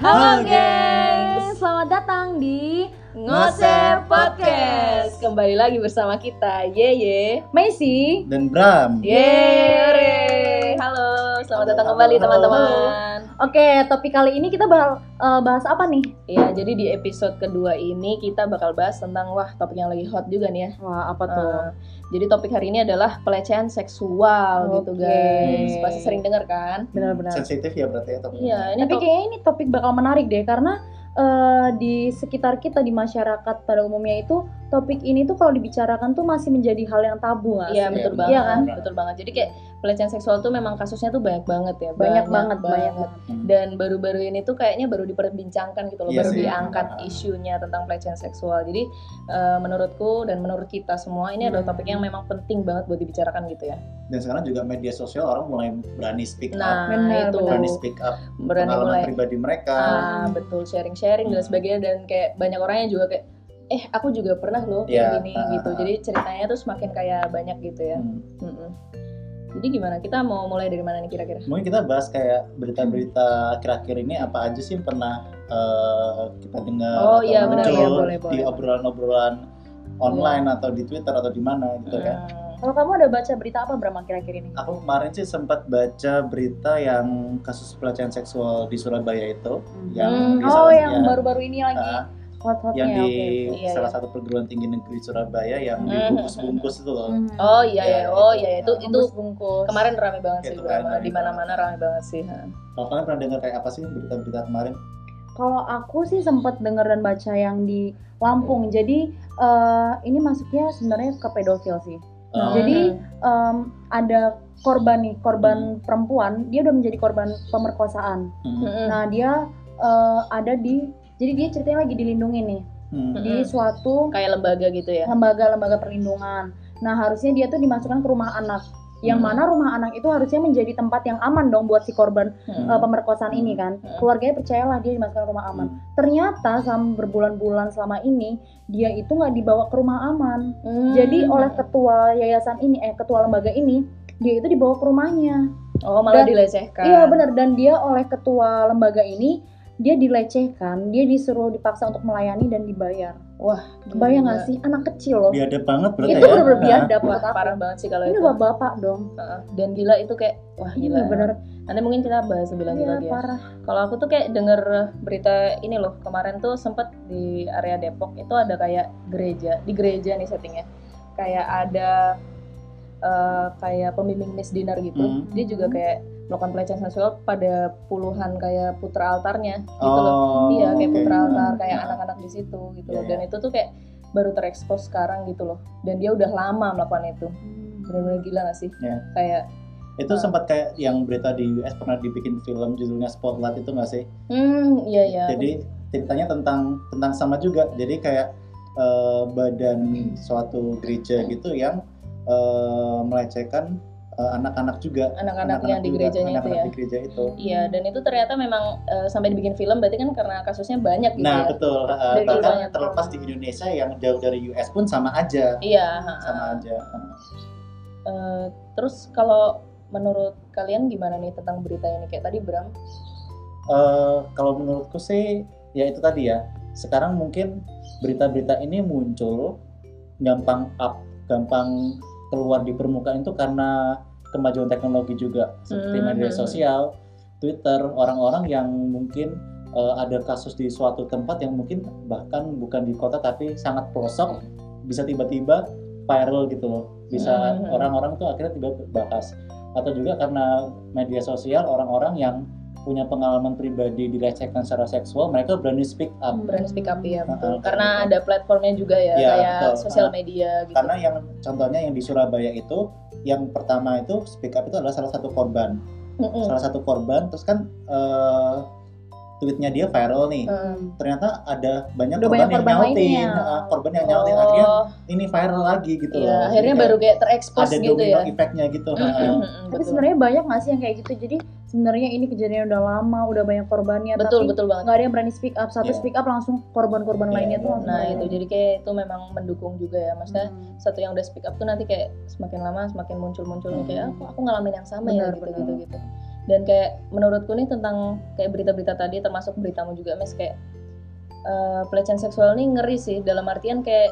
Halo gengs, selamat datang di Ngosep Podcast. Kembali lagi bersama kita, Yeye, Messi dan Bram. Yeay, halo, selamat datang kembali teman-teman. Oke, topik kali ini kita bahas apa nih? Ya, jadi di episode kedua ini kita bakal bahas tentang topik yang lagi hot juga nih ya. Wah, apa tuh? Jadi topik hari ini adalah pelecehan seksual gitu guys. Pasti sering dengar kan? Benar-benar. Sensitif ya berarti ya topiknya. Iya, ini Tapi kayaknya ini topik bakal menarik deh karena di sekitar kita, di masyarakat pada umumnya itu topik ini tuh kalau dibicarakan tuh masih menjadi hal yang tabu nggak sih? Iya betul banget, Iya kan? betul banget. Jadi kayak pelecehan seksual tuh memang kasusnya tuh banyak banget ya, Banyak banget. Dan baru-baru ini tuh kayaknya baru diperbincangkan gitu loh, Iya baru sih. diangkat isunya tentang pelecehan seksual. Jadi menurutku dan menurut kita semua ini adalah topik yang memang penting banget buat dibicarakan gitu ya. Dan sekarang juga media sosial orang mulai berani speak Nah up, Benar, itu berani speak up berani pengalaman mulai pribadi mereka. betul sharing-sharing dan sebagainya, dan kayak banyak orang yang juga kayak aku juga pernah loh Iya, kayak gini gitu. Jadi ceritanya tuh semakin kayak banyak gitu ya. Jadi gimana? Kita mau mulai dari mana nih kira-kira? Mungkin kita bahas kayak berita-berita akhir-akhir ini apa aja sih yang pernah kita dengar Oh, atau iya, benar, muncul iya, boleh. di obrolan-obrolan online atau di Twitter atau di mana gitu kan. Kalau kamu ada baca berita apa Bram akhir-akhir ini? Aku kemarin sih sempat baca berita yang kasus pelecehan seksual di Surabaya itu yang di Oh, salah- yang baru-baru ini lagi hot-hotnya. yang di Iya, salah iya. satu perguruan tinggi negeri Surabaya yang dibungkus-bungkus itu loh. Oh iya itu bungkus. kemarin rame banget sih, Itu kan, di mana-mana rame banget sih. Kalau kalian pernah dengar kayak apa sih berita-berita kemarin? Kalau aku sih sempat dengar dan baca yang di Lampung. Jadi ini masuknya sebenarnya ke pedofil sih. Jadi ada korban perempuan, dia udah menjadi korban pemerkosaan. Nah dia ada jadi dia ceritanya lagi dilindungi nih di suatu Kayak lembaga gitu ya. lembaga perlindungan. Nah harusnya dia tuh dimasukkan ke rumah anak. Yang mana rumah anak itu harusnya menjadi tempat yang aman dong buat si korban pemerkosaan ini kan. Keluarganya percayalah dia dimasukkan ke rumah aman. Ternyata selama berbulan-bulan selama ini dia itu nggak dibawa ke rumah aman. Jadi oleh ketua yayasan ini, ketua lembaga ini, dia itu dibawa ke rumahnya. Oh malah Dan- dilecehkan. Iya benar, dan dia oleh ketua lembaga ini dia dilecehkan, dia disuruh dipaksa untuk melayani dan dibayar. Wah, Kebayang nggak sih, anak kecil loh. Biadab banget berarti Itu ya. bener-bener biadab Wah, buat aku. parah banget sih kalau Ini itu. bapak dong. Dan gila itu kayak Ini gila. bener. Nanti mungkin kita bahas lebih lanjut Iya lagi ya. parah. Kalau aku tuh kayak denger berita ini loh, kemarin tuh sempet di area Depok itu ada kayak di gereja nih settingnya. Kayak ada kayak pembimbing misdinar gitu. Dia juga kayak melakukan pelecehan seksual pada puluhan kayak putra altarnya gitu loh. Iya, kayak oke. putra altar, kayak anak-anak di situ gitu loh. Dan itu tuh kayak baru terekspos sekarang gitu loh. Dan dia udah lama melakukan itu. Bener-bener gila gak sih? Iya. Kayak Itu sempat kayak yang berita di US pernah dibikin film judulnya Spotlight itu nggak sih? iya. Jadi ceritanya tentang sama juga. Jadi kayak badan suatu gereja gitu yang melecehkan anak-anak juga. Anak-anak yang di juga, gerejanya itu anak-anak ya. di gereja itu. Iya, dan itu ternyata memang sampai dibikin film berarti kan karena kasusnya banyak gitu Nah ya. betul. Dari Bahkan banyak terlepas di Indonesia yang jauh dari US pun sama aja. Iya, Sama aja. terus kalau menurut kalian gimana nih tentang berita ini? Kayak tadi Bram. Kalau menurutku sih ya itu tadi ya. Sekarang mungkin berita-berita ini muncul gampang keluar di permukaan itu karena kemajuan teknologi juga seperti media sosial, Twitter, orang-orang yang mungkin ada kasus di suatu tempat yang mungkin bahkan bukan di kota tapi sangat pelosok bisa tiba-tiba viral gitu loh. Bisa orang-orang tuh akhirnya tiba bahas. Atau juga karena media sosial orang-orang yang punya pengalaman pribadi dilecehkan secara seksual, mereka berani speak up. Berani speak up ya, betul. Karena Karena ada platformnya juga ya, Iya, kayak betul. sosial media gitu. Karena yang contohnya yang di Surabaya itu, yang pertama itu speak up itu adalah salah satu korban. Terus kan tweetnya dia viral nih. Ternyata ada banyak Udah korban banyak yang korban nyautin, lainnya. korban yang nyautin akhirnya ini viral lagi gitu Iya, loh. akhirnya Jadi baru kayak terekspos ada gitu domino ya. efeknya gitu. Tapi Betul. sebenarnya banyak nggak sih yang kayak gitu? Jadi sebenarnya ini kejadian udah lama, udah banyak korbannya, Betul tapi banget. nggak ada yang berani speak up. Satu Iya. speak up langsung korban-korban Iya, lainnya tuh iya. langsung. Nah ada. itu jadi kayak itu memang mendukung juga ya, maksudnya satu yang udah speak up tuh nanti kayak semakin lama semakin muncul nih kayak aku ngalamin yang sama ya Benar, gitu. Dan kayak menurutku nih tentang kayak berita-berita tadi, termasuk beritamu juga Mes, kayak pelecehan seksual ini ngeri sih, dalam artian kayak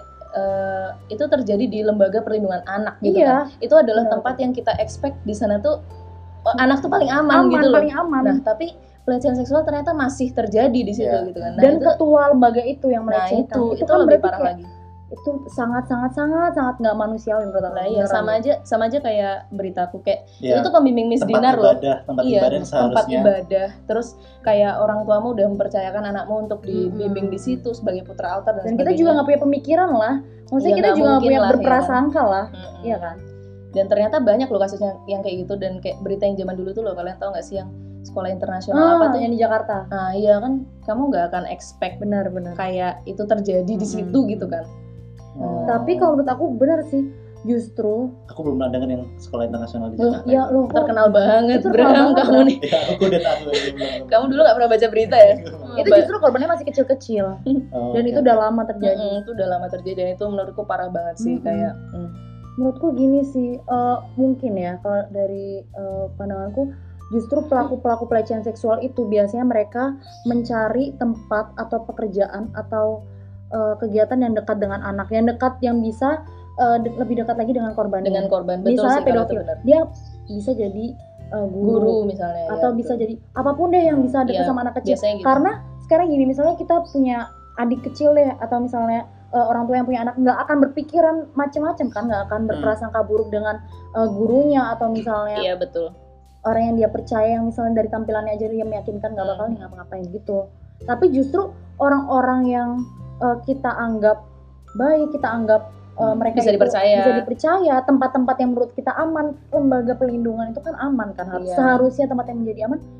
itu terjadi di lembaga perlindungan anak gitu kan. Itu adalah tempat yang kita expect di sana tuh anak tuh paling aman gitu loh. Paling aman. Nah, tapi pelecehan seksual ternyata masih terjadi di situ gitu kan. Nah, dan itu, ketua lembaga itu yang melecehkan. Nah, itu kan lebih parah lagi. Itu sangat nggak manusiawi menurut aku. Nah, iya, sama aja kayak beritaku kayak itu tuh pembimbing misdinar loh. Tempat ibadah tempat ibadah. Terus kayak orang tuamu udah mempercayakan anakmu untuk dibimbing di situ sebagai putra altar dan kita juga nggak punya pemikiran lah. Maksudnya kita juga nggak punya berprasangka lah, iya kan? Dan ternyata banyak loh kasusnya yang kayak gitu, dan kayak berita yang zaman dulu tuh loh, kalian tahu nggak sih yang sekolah internasional apa tuh yang di Jakarta? Nah, iya kan, kamu nggak akan expect benar-benar kayak itu terjadi di situ gitu kan. Tapi kalau menurut aku benar sih, justru aku belum pernah dengar yang sekolah internasional di Jakarta. Ya loh, terkenal banget Bram kamu nih. Ya, aku udah tahu. Kamu dulu nggak pernah baca berita ya? Itu justru korbannya masih kecil-kecil. Dan itu udah lama terjadi. Itu udah lama terjadi dan itu menurutku parah banget sih kayak. Menurutku gini sih, mungkin ya kalau dari pandanganku, justru pelaku-pelaku pelecehan seksual itu biasanya mereka mencari tempat atau pekerjaan atau kegiatan yang dekat dengan anak, yang bisa lebih dekat lagi dengan korban. Betul. Misalnya pedofil, dia bisa jadi guru misalnya, atau bisa jadi apapun deh yang bisa dekat sama anak kecil. Gitu. Karena sekarang gini, misalnya kita punya adik kecil deh, atau misalnya orang tua yang punya anak, nggak akan berpikiran macam-macam kan, nggak akan berprasangka buruk dengan gurunya atau misalnya orang yang dia percaya, yang misalnya dari tampilannya aja dia meyakinkan, nggak bakal ngapa-ngapain gitu. Tapi justru orang-orang yang kita anggap baik, kita anggap mereka bisa dipercaya, tempat-tempat yang menurut kita aman, lembaga pelindungan itu kan aman kan, seharusnya tempat yang menjadi aman,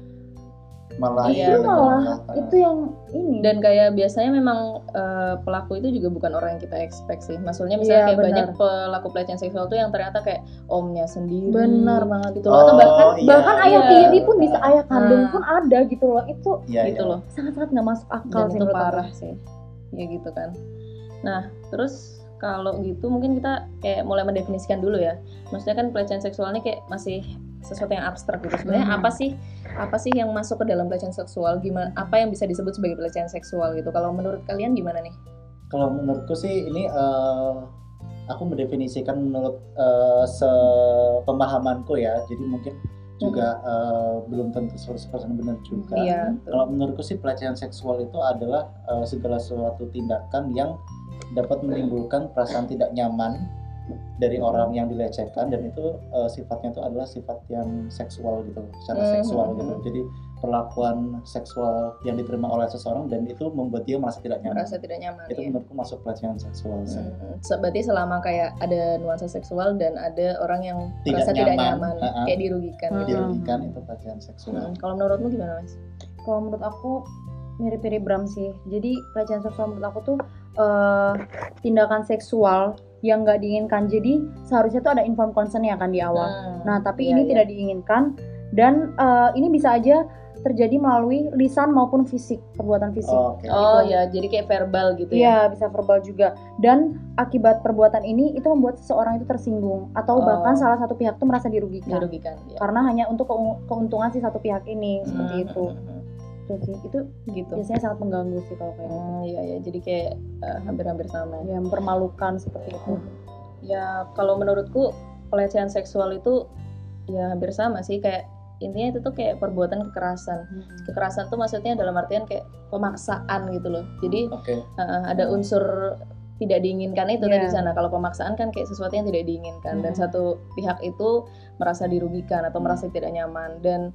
malah itu yang ini. Dan kayak biasanya memang pelaku itu juga bukan orang yang kita expect sih. Maksudnya misalnya kayak banyak pelaku pelecehan seksual tuh yang ternyata kayak omnya sendiri. Benar banget itu. Atau bahkan ayah tiri pun bisa, ayah kandung pun ada gitu loh. Itu gitu loh. Sangat-sangat nggak masuk akal sih. Itu parah sih. Ya gitu kan. Nah, terus kalau gitu mungkin kita kayak mulai mendefinisikan dulu ya. Maksudnya kan pelecehan seksual ini kayak masih sesuatu yang abstrak gitu. Sebenarnya apa sih yang masuk ke dalam pelecehan seksual? Gimana, apa yang bisa disebut sebagai pelecehan seksual gitu? Kalau menurut kalian gimana nih? Kalau menurutku sih ini aku mendefinisikan menurut sepemahamanku ya. Jadi mungkin juga belum tentu 100% benar juga. Kalau menurutku sih pelecehan seksual itu adalah segala suatu tindakan yang dapat menimbulkan perasaan tidak nyaman dari orang yang dilecehkan, dan itu sifatnya itu adalah sifat yang seksual gitu, secara seksual gitu. Jadi perlakuan seksual yang diterima oleh seseorang dan itu membuat dia merasa tidak nyaman. Itu menurutku masuk pelecehan seksual. Berarti selama kayak ada nuansa seksual dan ada orang yang merasa tidak nyaman, kayak dirugikan. Dirugikan itu pelecehan seksual. Kalau menurutmu gimana, Mas? Kalau menurut aku mirip-mirip Bram sih. Jadi pelecehan seksual menurut aku tuh tindakan seksual yang nggak diinginkan. Jadi seharusnya tuh ada informed consent ya kan di awal. Nah tapi ini tidak diinginkan, dan ini bisa aja terjadi melalui lisan maupun fisik, perbuatan fisik. Jadi kayak verbal gitu ya? Iya, bisa verbal juga. Dan akibat perbuatan ini itu membuat seseorang itu tersinggung atau bahkan salah satu pihak itu merasa dirugikan. Karena hanya untuk keuntungan si satu pihak ini, seperti itu. Itu gitu. Biasanya sangat mengganggu sih kalau kayak gitu. Iya, jadi kayak hampir-hampir sama. Ya, mempermalukan seperti itu. Ya, kalau menurutku pelecehan seksual itu ya hampir sama sih, kayak intinya itu tuh kayak perbuatan kekerasan. Kekerasan tuh maksudnya dalam artian kayak pemaksaan gitu loh. Jadi ada unsur tidak diinginkan itu tadi di sana. Kalau pemaksaan kan kayak sesuatu yang tidak diinginkan, dan satu pihak itu merasa dirugikan atau merasa tidak nyaman, dan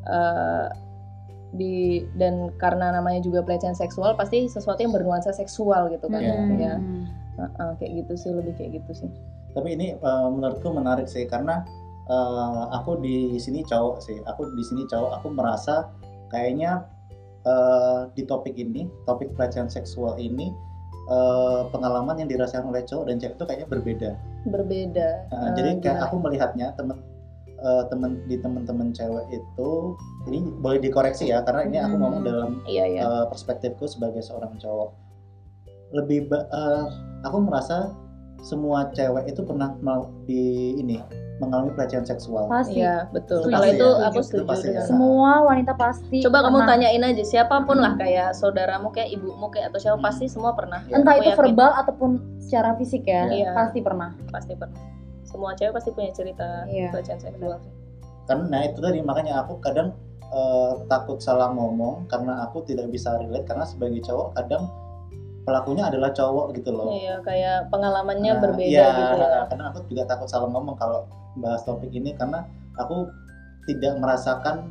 dan karena namanya juga pelecehan seksual pasti sesuatu yang bernuansa seksual gitu kan. Kayak gitu sih, lebih kayak gitu sih. Tapi ini menurutku menarik sih, karena aku di sini cowok sih. Aku merasa kayaknya di topik pelecehan seksual ini pengalaman yang dirasakan oleh cowok dan cewek itu kayaknya berbeda. Jadi kayak aku melihatnya teman-teman cewek itu, ini boleh dikoreksi ya, karena ini aku ngomong dalam perspektifku sebagai seorang cowok. Aku merasa semua cewek itu pernah mengalami pelecehan seksual. Pasti. Iya betul. Setuju. Kalau itu Pasti ya. aku Itu setuju pasti ya. dengan. Semua wanita pasti. Coba kamu pernah. tanyain aja siapapun lah, kayak saudaramu kayak ibumu kayak atau siapa, pasti semua pernah. Ya. Entah Aku itu yakin. verbal ataupun secara fisik ya, Iya. pasti pernah. Pasti pernah. Semua cewek pasti punya cerita Iya. pelecehan seksual. Karena itu tadi makanya aku kadang takut salah ngomong karena aku tidak bisa relate karena sebagai cowok kadang pelakunya adalah cowok gitu loh. Iya, kayak pengalamannya Nah, berbeda iya, gitu ya. karena aku juga takut salah ngomong kalau bahas topik ini karena aku tidak merasakan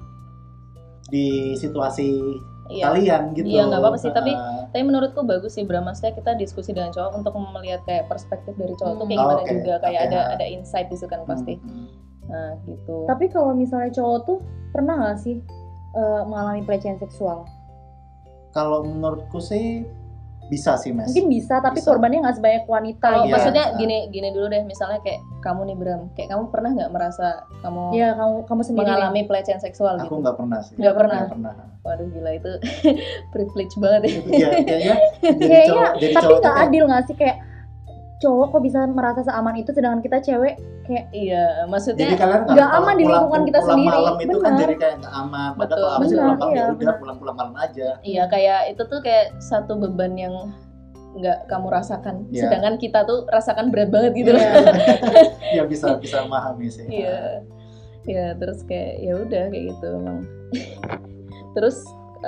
di situasi Iya. kalian gitu. Iya, nggak apa-apa sih, tapi Nah, Tapi menurutku bagus sih Bram, maksudnya kita diskusi dengan cowok untuk melihat kayak perspektif dari cowok tuh kayak Hmm. gimana Oke, juga, kayak oke. ada insight di situ kan pasti. hmm. Nah gitu. Tapi kalau misalnya cowok tuh pernah nggak sih mengalami pelecehan seksual? Kalau menurutku sih bisa sih Mas. Mungkin bisa, tapi Bisa. korbannya nggak sebanyak wanita. Kalau Iya. maksudnya gini dulu deh, misalnya kayak kamu nih Bram, kayak kamu pernah nggak merasa kamu Ya kamu sendiri. mengalami pelecehan seksual Aku gitu? nggak pernah sih. Nggak pernah. Nggak pernah. Waduh gila itu privilege banget ya. Iya, kayaknya jadi Kayaknya, cowok, jadi tapi cowok tuh nggak kayak, adil nggak sih kayak cowok kok bisa merasa seaman itu, sedangkan kita cewek kayak Iya, maksudnya jadi kalian nggak kalau aman di pulang- lingkungan kita pulang sendiri. malam itu kan Benar. jadi kayak nggak aman. Padahal Betul, kalau habis benar, pulang malam iya, ya udah benar. pulang malam aja. iya kayak itu tuh kayak satu beban yang nggak kamu rasakan, Iya. sedangkan kita tuh rasakan berat banget gitu loh. Iya. Ya bisa memahami sih. Iya, ya terus kayak ya udah kayak gitu emang. Terus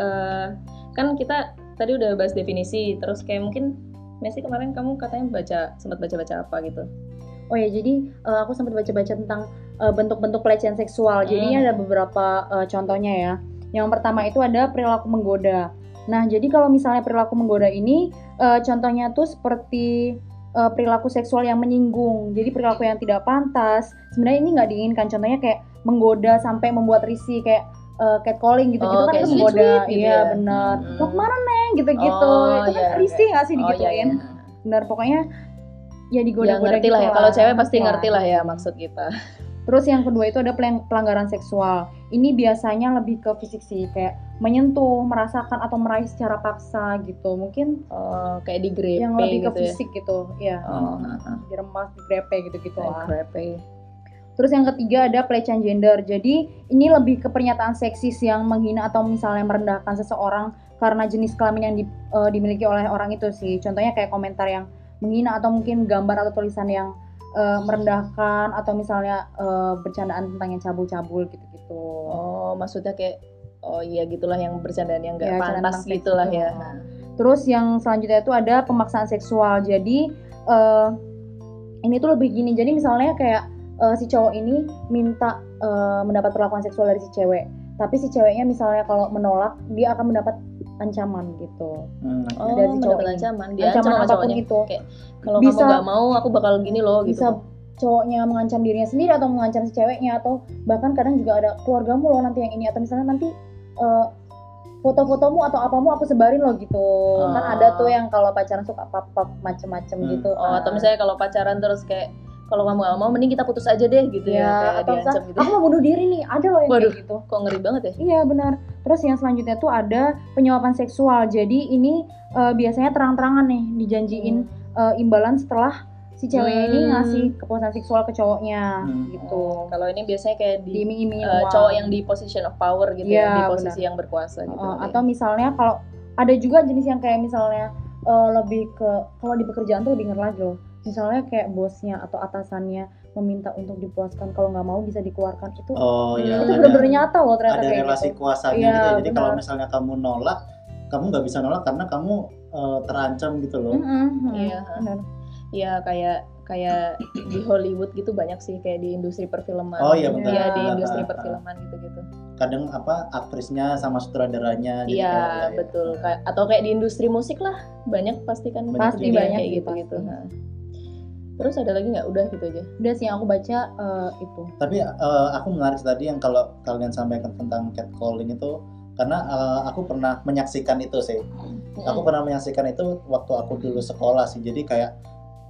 kan kita tadi udah bahas definisi, terus kayak mungkin Messi kemarin kamu katanya sempat baca apa gitu. oh ya, jadi aku sempat baca-baca tentang bentuk-bentuk pelecehan seksual. Jadi ini ada beberapa contohnya ya. Yang pertama itu ada perilaku menggoda. Nah, jadi kalau misalnya perilaku menggoda ini contohnya tuh seperti perilaku seksual yang menyinggung. Jadi perilaku yang tidak pantas. Sebenarnya ini nggak diinginkan. Contohnya kayak menggoda sampai membuat risih, kayak catcalling gitu-gitu Oh, kan kayak itu menggoda. sweet-sweet gitu Iya ya. benar. Hmm. Mau kemana neng gitu-gitu. Oh, Itu kan iya, risih nggak sih Oh iya, digituin? iya. Benar, pokoknya ya Ya digoda-goda ngerti gitu lah ya. Kalau cewek pasti Lah. ngerti lah ya maksud kita. Terus yang kedua itu ada pelanggaran seksual. Ini biasanya lebih ke fisik sih, kayak menyentuh, merasakan atau meraih secara paksa gitu. Mungkin Oh, kayak digrepe yang lebih ke gitu ya. fisik gitu, ya. Oh, Diremas, digrepe gitu-gitu kayak lah. grepe. Terus yang ketiga ada pelecehan gender. Jadi ini lebih ke pernyataan seksis yang menghina atau misalnya merendahkan seseorang karena jenis kelamin yang dimiliki oleh orang itu sih. Contohnya kayak komentar yang menghina atau mungkin gambar atau tulisan yang merendahkan atau misalnya bercandaan tentang yang cabul-cabul gitu-gitu. Oh, maksudnya kayak oh iya gitulah yang bercandaan yang nggak Ya, candaan pantas tentang seks gitulah gitu. ya. Terus yang selanjutnya itu ada pemaksaan seksual. Jadi ini tuh lebih gini. Jadi misalnya kayak si cowok ini minta mendapat perlakuan seksual dari si cewek, tapi si ceweknya misalnya kalau menolak dia akan mendapat ancaman gitu. Oh, Dari si cowok mendapat ini. ancaman, dia Ancaman sama apapun cowoknya. itu. Kayak kalau Bisa- kamu nggak mau, aku bakal gini loh gitu. Bisa cowoknya mengancam dirinya sendiri atau mengancam si ceweknya, atau bahkan kadang juga ada keluargamu loh nanti yang ini, atau misalnya nanti foto-fotomu atau apamu aku sebarin loh gitu. Kan ada tuh yang kalau pacaran suka pap-pap macem-macem gitu. Oh, atau misalnya kalau pacaran terus kayak kalau kamu nggak mau, mending kita putus aja deh gitu ya, ya, kayak atau diancam misalnya gitu. aku mau bunuh diri nih, ada loh yang Waduh. kayak gitu. Kok ngeri banget ya? Iya benar. Terus yang selanjutnya tuh ada penyuapan seksual. Jadi ini biasanya terang-terangan nih dijanjiin imbalan setelah si ceweknya ini ngasih kepuasan seksual ke cowoknya gitu. Kalau ini biasanya kayak di Diiming-imingin uang. cowok yang di position of power gitu ya, Iya, di posisi yang berkuasa gitu. Atau misalnya kalau ada juga jenis yang kayak misalnya lebih ke kalau di pekerjaan tuh lebih ngeri lagi loh. Misalnya kayak bosnya atau atasannya meminta untuk dipuaskan, kalau nggak mau bisa dikeluarkan. Itu Oh iya. itu benar-benar nyata loh ternyata Ada kayak relasi gitu. kuasanya Iya, gitu ya. Jadi kalau benar. misalnya kamu nolak, kamu nggak bisa nolak karena kamu terancam gitu loh. Iya. Benar. Iya kayak di Hollywood gitu banyak sih, kayak di industri perfilman. Oh iya benar. Iya di Benar, industri benar. perfilman gitu-gitu. Kadang aktrisnya sama sutradaranya. jadi Iya kayak- betul. Atau kayak di industri musik lah, banyak pasti kan Banyak Pasti kejadian banyak kayak sih, gitu-gitu. pasti. Nah. Terus ada lagi nggak? Udah gitu aja. Udah sih yang aku baca itu. Tapi aku menarik tadi yang kalau kalian sampaikan tentang catcalling itu karena aku pernah menyaksikan itu sih. Aku pernah menyaksikan itu waktu aku dulu sekolah sih. Jadi kayak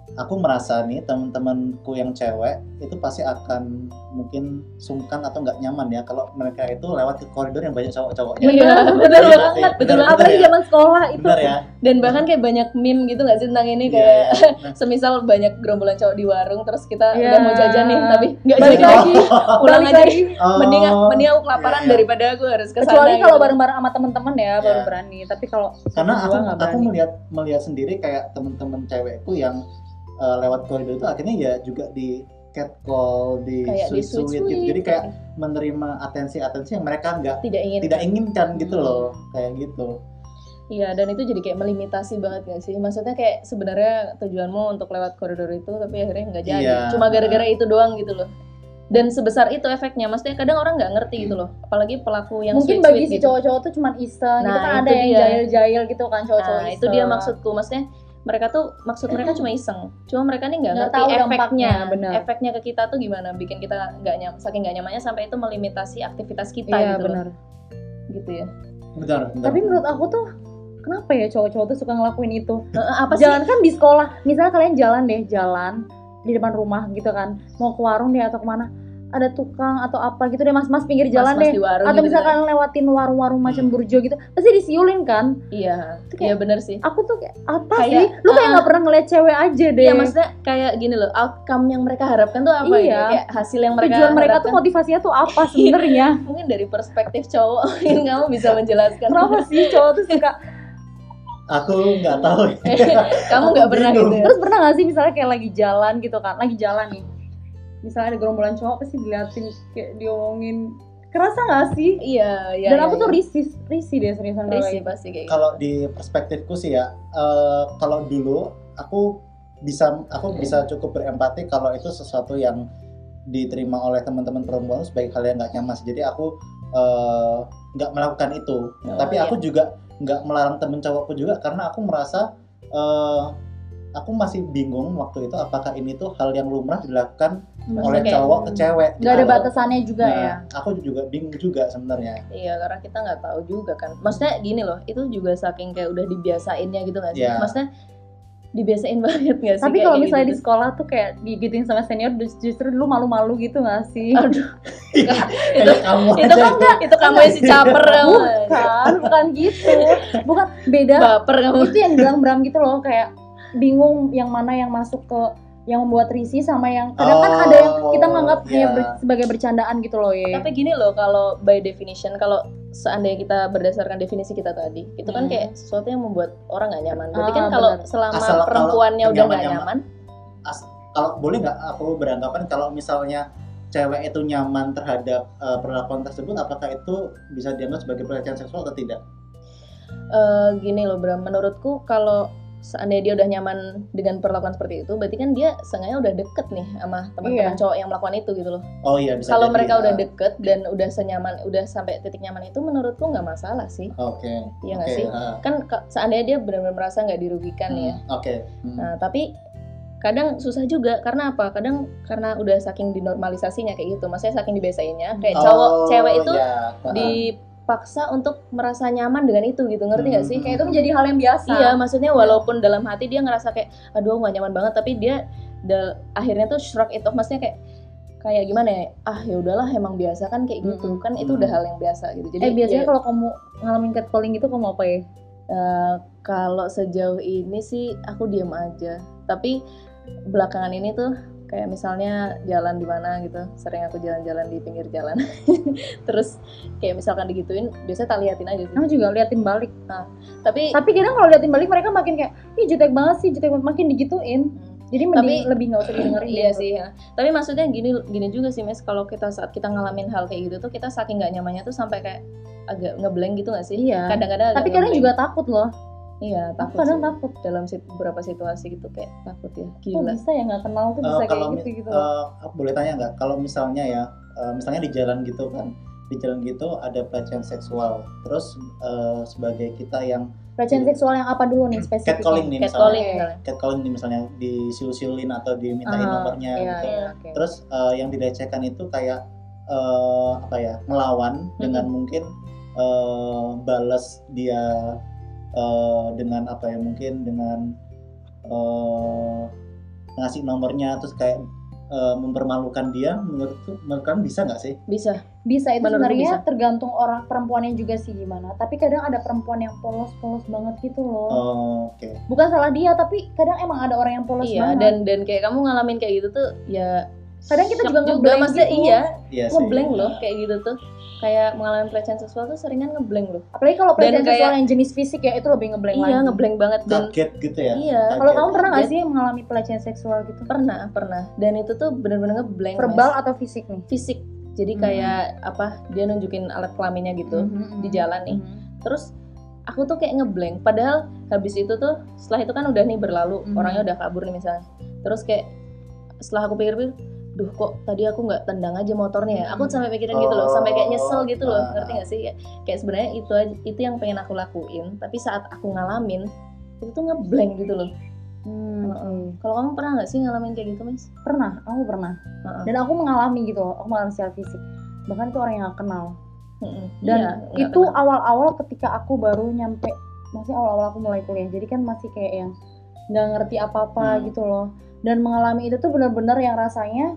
aku merasa nih teman-temanku yang cewek itu pasti akan mungkin sungkan atau nggak nyaman ya kalau mereka itu lewat ke koridor yang banyak cowok-cowoknya. Iya, betul Iya banget, sih, betul benar, Apalagi ya. zaman sekolah itu. Benar ya. Dan bahkan kayak banyak meme gitu nggak sih tentang ini, Iya, kayak iya. Nah, semisal banyak gerombolan cowok di warung terus kita Iya. udah mau jajan nih tapi nggak Balik jadi, lagi, pulang balik aja lagi. mending aku kelaparan iya, iya. daripada aku harus kesana. Kecuali kalau gitu. bareng-bareng sama teman-teman ya baru Iya. berani. Tapi kalau Karena berdua nggak aku berani. melihat sendiri kayak teman-teman cewekku yang lewat koridor itu akhirnya ya juga di catcall, di Kayak di sweet sweet-sweet, gitu. Jadi kayak menerima atensi yang mereka tidak inginkan gitu loh, kayak gitu. Iya, dan itu jadi kayak melimitasi banget gak sih? Maksudnya kayak sebenarnya tujuanmu untuk lewat koridor itu tapi akhirnya nggak jadi. Iya. Cuma gara-gara itu doang gitu loh. Dan sebesar itu efeknya, maksudnya kadang orang nggak ngerti gitu loh. Apalagi pelaku yang Mungkin sweet-sweet bagi si gitu. cowok-cowok tuh cuman iseng gitu Nah, kan, ada itu yang dia. jahil-jahil gitu kan cowok-cowok Nah, iseng. itu dia maksudku. Maksudnya mereka tuh maksud mereka cuma iseng. Cuma mereka nih nggak Nggak ngerti tahu efeknya. dampaknya, benar. Efeknya ke kita tuh gimana? Bikin kita saking nggak nyamannya sampai itu melimitasi aktivitas kita Iya gitu benar. loh. Gitu ya. Benar. Tapi menurut aku tuh kenapa ya cowok-cowok tuh suka ngelakuin itu? Apa sih? Jalan kan di sekolah, misalnya kalian jalan di depan rumah gitu kan, mau ke warung deh atau kemana, ada tukang atau apa gitu deh, mas-mas pinggir jalan Mas-mas deh, di warung atau gitu misalkan lewatin warung-warung macam burjo gitu, pasti disiulin kan. Iya, Itu kayak- iya bener sih. Aku tuh kayak apa Kayak, sih? Lu kayak nggak pernah ngeliat cewek aja deh. Iya, maksudnya kayak gini loh, outcome yang mereka harapkan tuh apa Iya. ya? Kayak hasil yang mereka Tujuan mereka tuh harapkan. motivasinya tuh apa sebenarnya? Mungkin dari perspektif cowok mungkin kamu bisa menjelaskan. Kenapa sih cowok tuh suka? Aku nggak tahu. Kamu Aku nggak pernah bingung. gitu ya? Terus pernah gak sih misalnya kayak lagi jalan gitu kan, lagi jalan nih, misalnya ada gerombolan cowok pasti diliatin kayak diomongin, kerasa gak sih? Iya, iya. Dan aku iya, tuh iya. risih deh seriusan kalau Risih kayak pasti kayak gitu. Kalau di perspektifku sih ya, kalau dulu aku bisa cukup berempati kalau itu sesuatu yang diterima oleh teman-teman perempuan sebagai hal yang nggak nyaman. Jadi aku nggak melakukan itu. Oh, Tapi iya. aku juga nggak melarang temen cowokku juga karena aku merasa aku masih bingung waktu itu apakah ini tuh hal yang lumrah dilakukan Maksudnya oleh kayak- cowok ke cewek. Gak ada gitu. batasannya juga Nah, ya. aku juga bingung juga sebenarnya. Iya, karena kita nggak tahu juga kan. Maksudnya gini loh, itu juga saking kayak udah dibiasainnya gitu nggak sih? Iya. Maksudnya dibiasain banget nggak sih? Tapi kayak kalau gitu misalnya di tuh? sekolah tuh kayak digituin sama senior, justru dulu malu-malu gitu gak sih? Aduh, Kayak kamu itu aja. kan itu kamu yang si caper kamu. Bukan gitu. Bukan beda. Baper kamu. Itu yang bilang Bram gitu loh, kayak bingung yang mana yang masuk ke yang membuat risih sama yang kadang kan ada yang kita menganggap iya. sebagai bercandaan gitu loh ya. Tapi gini loh, kalau by definition, kalau seandainya kita berdasarkan definisi kita tadi, itu kan kayak sesuatu yang membuat orang nggak nyaman. Berarti kan kalau benar. selama Asal kalau perempuannya udah nggak nyaman-nyaman. nyaman, Kalau boleh nggak aku beranggapan kalau misalnya cewek itu nyaman terhadap perlakuan tersebut, apakah itu bisa dianggap sebagai pelecehan seksual atau tidak? gini loh Bram, menurutku kalau seandainya dia udah nyaman dengan perlakuan seperti itu, berarti kan dia seenggaknya udah deket nih sama teman-teman Iya. cowok yang melakukan itu gitu loh. Oh iya, bisa Kalau jadi, mereka udah ah. deket dan udah senyaman, udah sampai titik nyaman itu, menurutku nggak masalah sih. Oke. Iya nggak Oke, sih? ah. Kan seandainya dia benar-benar merasa nggak dirugikan ya. Oke. Nah, tapi kadang susah juga karena apa? Kadang karena udah saking dinormalisasinya kayak gitu. Maksudnya saking dibiasainnya kayak Oh, cewek itu iya. dipaksa untuk merasa nyaman dengan itu gitu. Ngerti nggak sih? Kayak itu menjadi hal yang biasa. Iya, maksudnya walaupun dalam hati dia ngerasa kayak aduh aku gak nyaman banget, tapi dia akhirnya tuh shrug it off, maksudnya kayak gimana ya? Ah, ya udahlah emang biasa kan kayak gitu. Kan itu udah hal yang biasa gitu. Jadi Biasanya ya, kalau kamu ngalamin catcalling gitu kamu apa ya? kalau sejauh ini sih aku diam aja. Tapi belakangan ini tuh kayak misalnya jalan di mana gitu, sering aku jalan-jalan di pinggir jalan. Terus kayak misalkan digituin, biasanya tak liatin aja sih. Kamu juga liatin balik. Tapi Kadang kalau liatin balik mereka makin kayak, ih jutek banget sih, jutek banget, makin digituin. Jadi mending lebih nggak usah didengerin. iya sih ya. Tapi maksudnya gini juga sih Mes, kalau saat kita ngalamin hal kayak gitu tuh kita saking nggak nyamannya tuh sampai kayak agak ngeblank gitu nggak sih? Iya. Kadang-kadang agak Tapi kadang ngeblank. juga takut loh. Iya, Aku takut. kadang sih. takut. Dalam beberapa situasi gitu kayak takut ya. Kok Gila. bisa ya nggak kenal tuh bisa Kalau kayak gitu. boleh tanya nggak? Kalau misalnya ya, misalnya di jalan gitu kan, di jalan gitu ada pelecehan seksual. Terus sebagai kita yang Pelecehan seksual yang apa dulu nih spesifiknya? catcalling nih Catcalling Oke. misalnya. catcalling nih misalnya disiul-siulin atau dimintain nomornya Iya, gitu. iya, oke. Terus yang dilecehkan itu kayak apa ya, ngelawan dengan mungkin balas dia dengan apa ya, mungkin dengan ngasih nomornya terus kayak mempermalukan dia, menurut kalian bisa nggak sih? Bisa itu Menurutku sebenarnya bisa. tergantung orang perempuannya juga sih gimana. Tapi kadang ada perempuan yang polos banget gitu loh. Oke. Bukan salah dia, tapi kadang emang ada orang yang polos iya banget. dan kayak kamu ngalamin kayak gitu tuh ya Kadang kita shock juga ngeblank maksudnya gitu. Iya sih. ngeblank loh kayak gitu tuh, kayak mengalami pelecehan seksual tuh seringan ngeblank loh. Apalagi kalau pelecehan Dan kayak- seksual yang jenis fisik ya, itu lebih ngeblank lagi. Iya ngeblank banget. Dan Kaget gitu ya. iya Kalau Kaget. kamu pernah nggak Kaget. sih mengalami pelecehan seksual gitu? pernah dan itu tuh bener-bener ngeblank Verbal Mas. atau fisik nih? Fisik, jadi kayak apa, dia nunjukin alat kelaminnya gitu di jalan nih. Terus aku tuh kayak ngeblank, padahal habis itu tuh setelah itu kan udah nih berlalu, orangnya udah kabur nih misalnya. Terus kayak setelah aku pikir-pikir, duh kok tadi aku nggak tendang aja motornya ya. Aku sampai pikiran gitu loh, sampai kayak nyesel gitu loh. Ngerti gak sih? Kayak sebenarnya itu yang pengen aku lakuin, tapi saat aku ngalamin itu tuh ngeblank gitu loh. Kalau kamu pernah nggak sih ngalamin kayak gitu, Mas? Pernah, aku pernah. Dan aku mengalami gitu loh, aku mengalami secara fisik. Bahkan itu orang yang gak kenal. Dan Iya, nggak itu kenal. awal-awal ketika aku baru nyampe, maksudnya awal-awal aku mulai kuliah. Jadi kan masih kayak yang nggak ngerti apa-apa gitu loh. Dan mengalami itu tuh benar-benar yang rasanya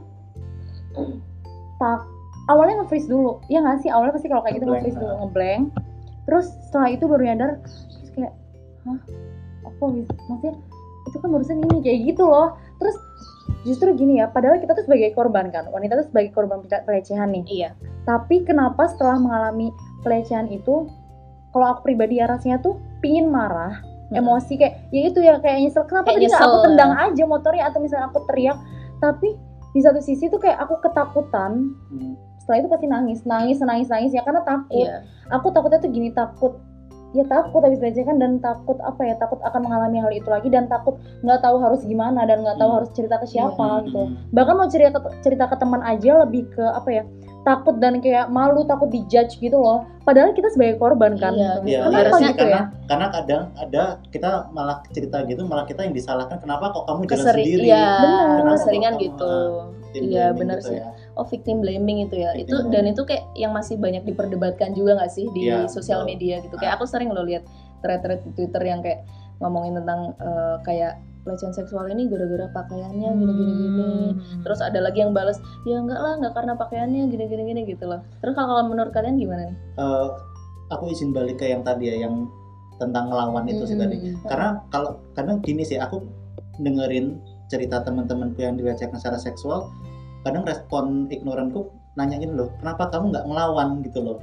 awalnya nge-freeze dulu. Iya nggak sih? Awalnya pasti kalau kayak gitu nge-freeze dulu, ngeblank. Terus setelah itu baru nyadar, terus kayak, hah? Apa bisa? Maksudnya itu kan barusan ini kayak gitu loh. Terus justru gini ya, padahal kita tuh sebagai korban kan, wanita tuh sebagai korban pelecehan nih. Iya. Tapi kenapa setelah mengalami pelecehan itu, kalau aku pribadi ya rasanya tuh pingin marah, emosi kayak ya itu ya kayak nyesel. Kenapa Kayak tadi nggak nyesel, aku tendang aja motornya atau misalnya aku teriak? Tapi di satu sisi tuh kayak aku ketakutan. Setelah itu pasti nangis ya karena takut. Iya. Aku takutnya tuh gini, takut habis pelecehan dan takut takut akan mengalami hal itu lagi dan takut nggak tahu harus gimana dan nggak tahu harus cerita ke siapa gitu. Bahkan mau cerita ke teman aja lebih ke takut dan kayak malu, takut dijudge gitu loh. Padahal kita sebagai korban kan. Iya, Iya, Kenapa harusnya gitu ya? Karena kadang ada kita malah cerita gitu, malah kita yang disalahkan. Kenapa kok kamu jalan sendiri? Iya, Benar. keseringan Kenapa gitu. victim Iya blaming benar gitu sih. ya. Oh, victim blaming itu ya. Victim Itu blaming. dan itu kayak yang masih banyak diperdebatkan juga nggak sih di Iya, sosial betul. media gitu. Kayak aku sering lo lihat thread-thread di Twitter yang kayak ngomongin tentang kayak pelecehan seksual ini gara-gara pakaiannya gini. Terus ada lagi yang balas, ya enggak lah, enggak karena pakaiannya gini gitu loh. Terus kalau menurut kalian gimana nih? Aku izin balik ke yang tadi ya, yang tentang ngelawan itu sih tadi. Karena kadang gini sih, aku dengerin cerita teman-temanku yang dilecehkan secara seksual, kadang respon ignoranku nanyain loh, kenapa kamu nggak ngelawan gitu loh.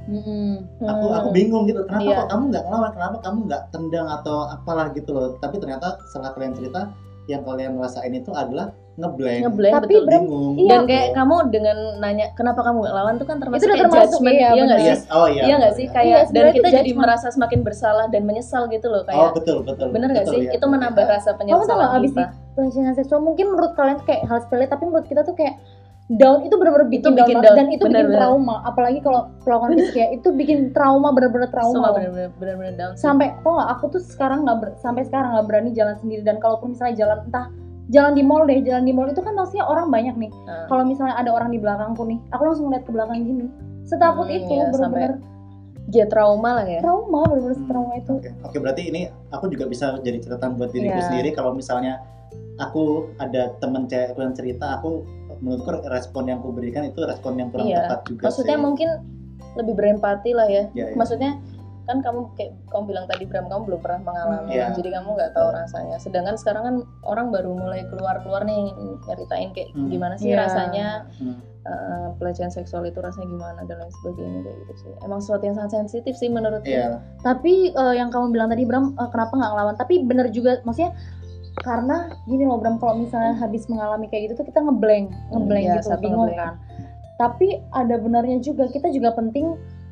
Aku bingung gitu, kenapa kok kamu nggak ngelawan, kenapa kamu nggak tendang atau apalah gitu loh. Tapi ternyata setelah kalian cerita, yang kalian rasain itu adalah ngeblank, Tapi betul. bingung. Dan kayak kamu dengan nanya kenapa kamu nggak lawan tuh kan termasuk Itu udah kayak termasuk, judgment, iya, iya nggak benar. sih? Iya nggak sih, kayak Iya, dan sebenarnya kita itu jadi judgment. merasa semakin bersalah dan menyesal gitu loh, Oh kayak betul. bener nggak sih? ya, Itu menambah rasa Kamu tau penyesalan gak abis kita. pelecehan seksual mungkin menurut kalian tuh kayak hal sepele, tapi menurut kita tuh kayak down, itu benar-benar bikin, Itu bikin down, down, dan itu bikin benar-benar. trauma. Apalagi kalau pelakuan fisik ya, itu bikin trauma, benar-benar Semua trauma. bener-bener down sih. Sampai tau gak, aku tuh sekarang sampai sekarang nggak berani jalan sendiri. Dan kalaupun misalnya jalan di mall itu kan maksudnya orang banyak nih. Kalau misalnya ada orang di belakangku nih, aku langsung ngeliat ke belakang gini. Setakut itu, iya, benar-benar dia trauma lah ya. trauma, benar-benar trauma itu. Oke, berarti ini aku juga bisa jadi catatan buat diriku Iya. sendiri. Kalau misalnya aku ada temen cewekku yang cerita, menurutku respon yang aku berikan itu respon yang kurang Iya. tepat juga. Maksudnya sih. mungkin lebih berempati lah ya. Iya. Maksudnya kan kamu bilang tadi Bram, kamu belum pernah mengalami, Iya. jadi kamu nggak tahu rasanya. Sedangkan sekarang kan orang baru mulai keluar nih nyeritain kayak gimana sih Iya. rasanya pelecehan seksual itu rasanya gimana dan lain sebagainya kayak gitu sih. Emang sesuatu yang sangat sensitif sih menurutku. Iya. Tapi yang kamu bilang tadi Bram, kenapa nggak ngelawan? Tapi bener juga, maksudnya karena gini loh Bram, kalau misalnya habis mengalami kayak gitu tuh kita ngeblank Iya, gitu, satu bingung ngeblank. kan. Tapi ada benarnya juga, kita juga penting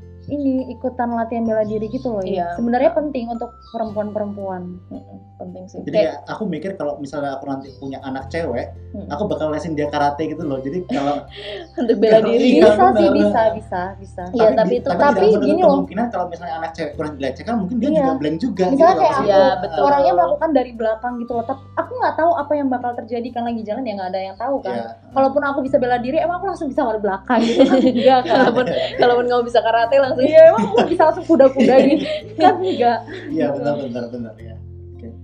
ini ikutan latihan bela diri gitu loh ya. Iya. Sebenarnya penting untuk perempuan-perempuan. Penting sih. Jadi kayak aku mikir kalau misalnya aku nanti punya anak cewek, aku bakal lesin dia karate gitu loh. Jadi kalau untuk bela diri. Iya, Bisa sih, benar. bisa. Iya, tapi tidak gini menutup loh. kemungkinan kalau misalnya anak cewek kurang dilecehkan, mungkin dia Iya. juga blank juga. Misalnya gitu kayak loh. aku, Iya, betul. orangnya melakukan dari belakang gitu loh. Tapi aku nggak tahu apa yang bakal terjadi kan lagi jalan, ya nggak ada yang tahu kan. Iya. Kalaupun aku bisa bela diri, emang aku langsung bisa dari belakang gitu kan? Enggak kan? Kalaupun kamu bisa karate langsung. Iya, emang aku bisa langsung kuda-kuda gitu kan? Enggak. Iya, benar ya. Oke.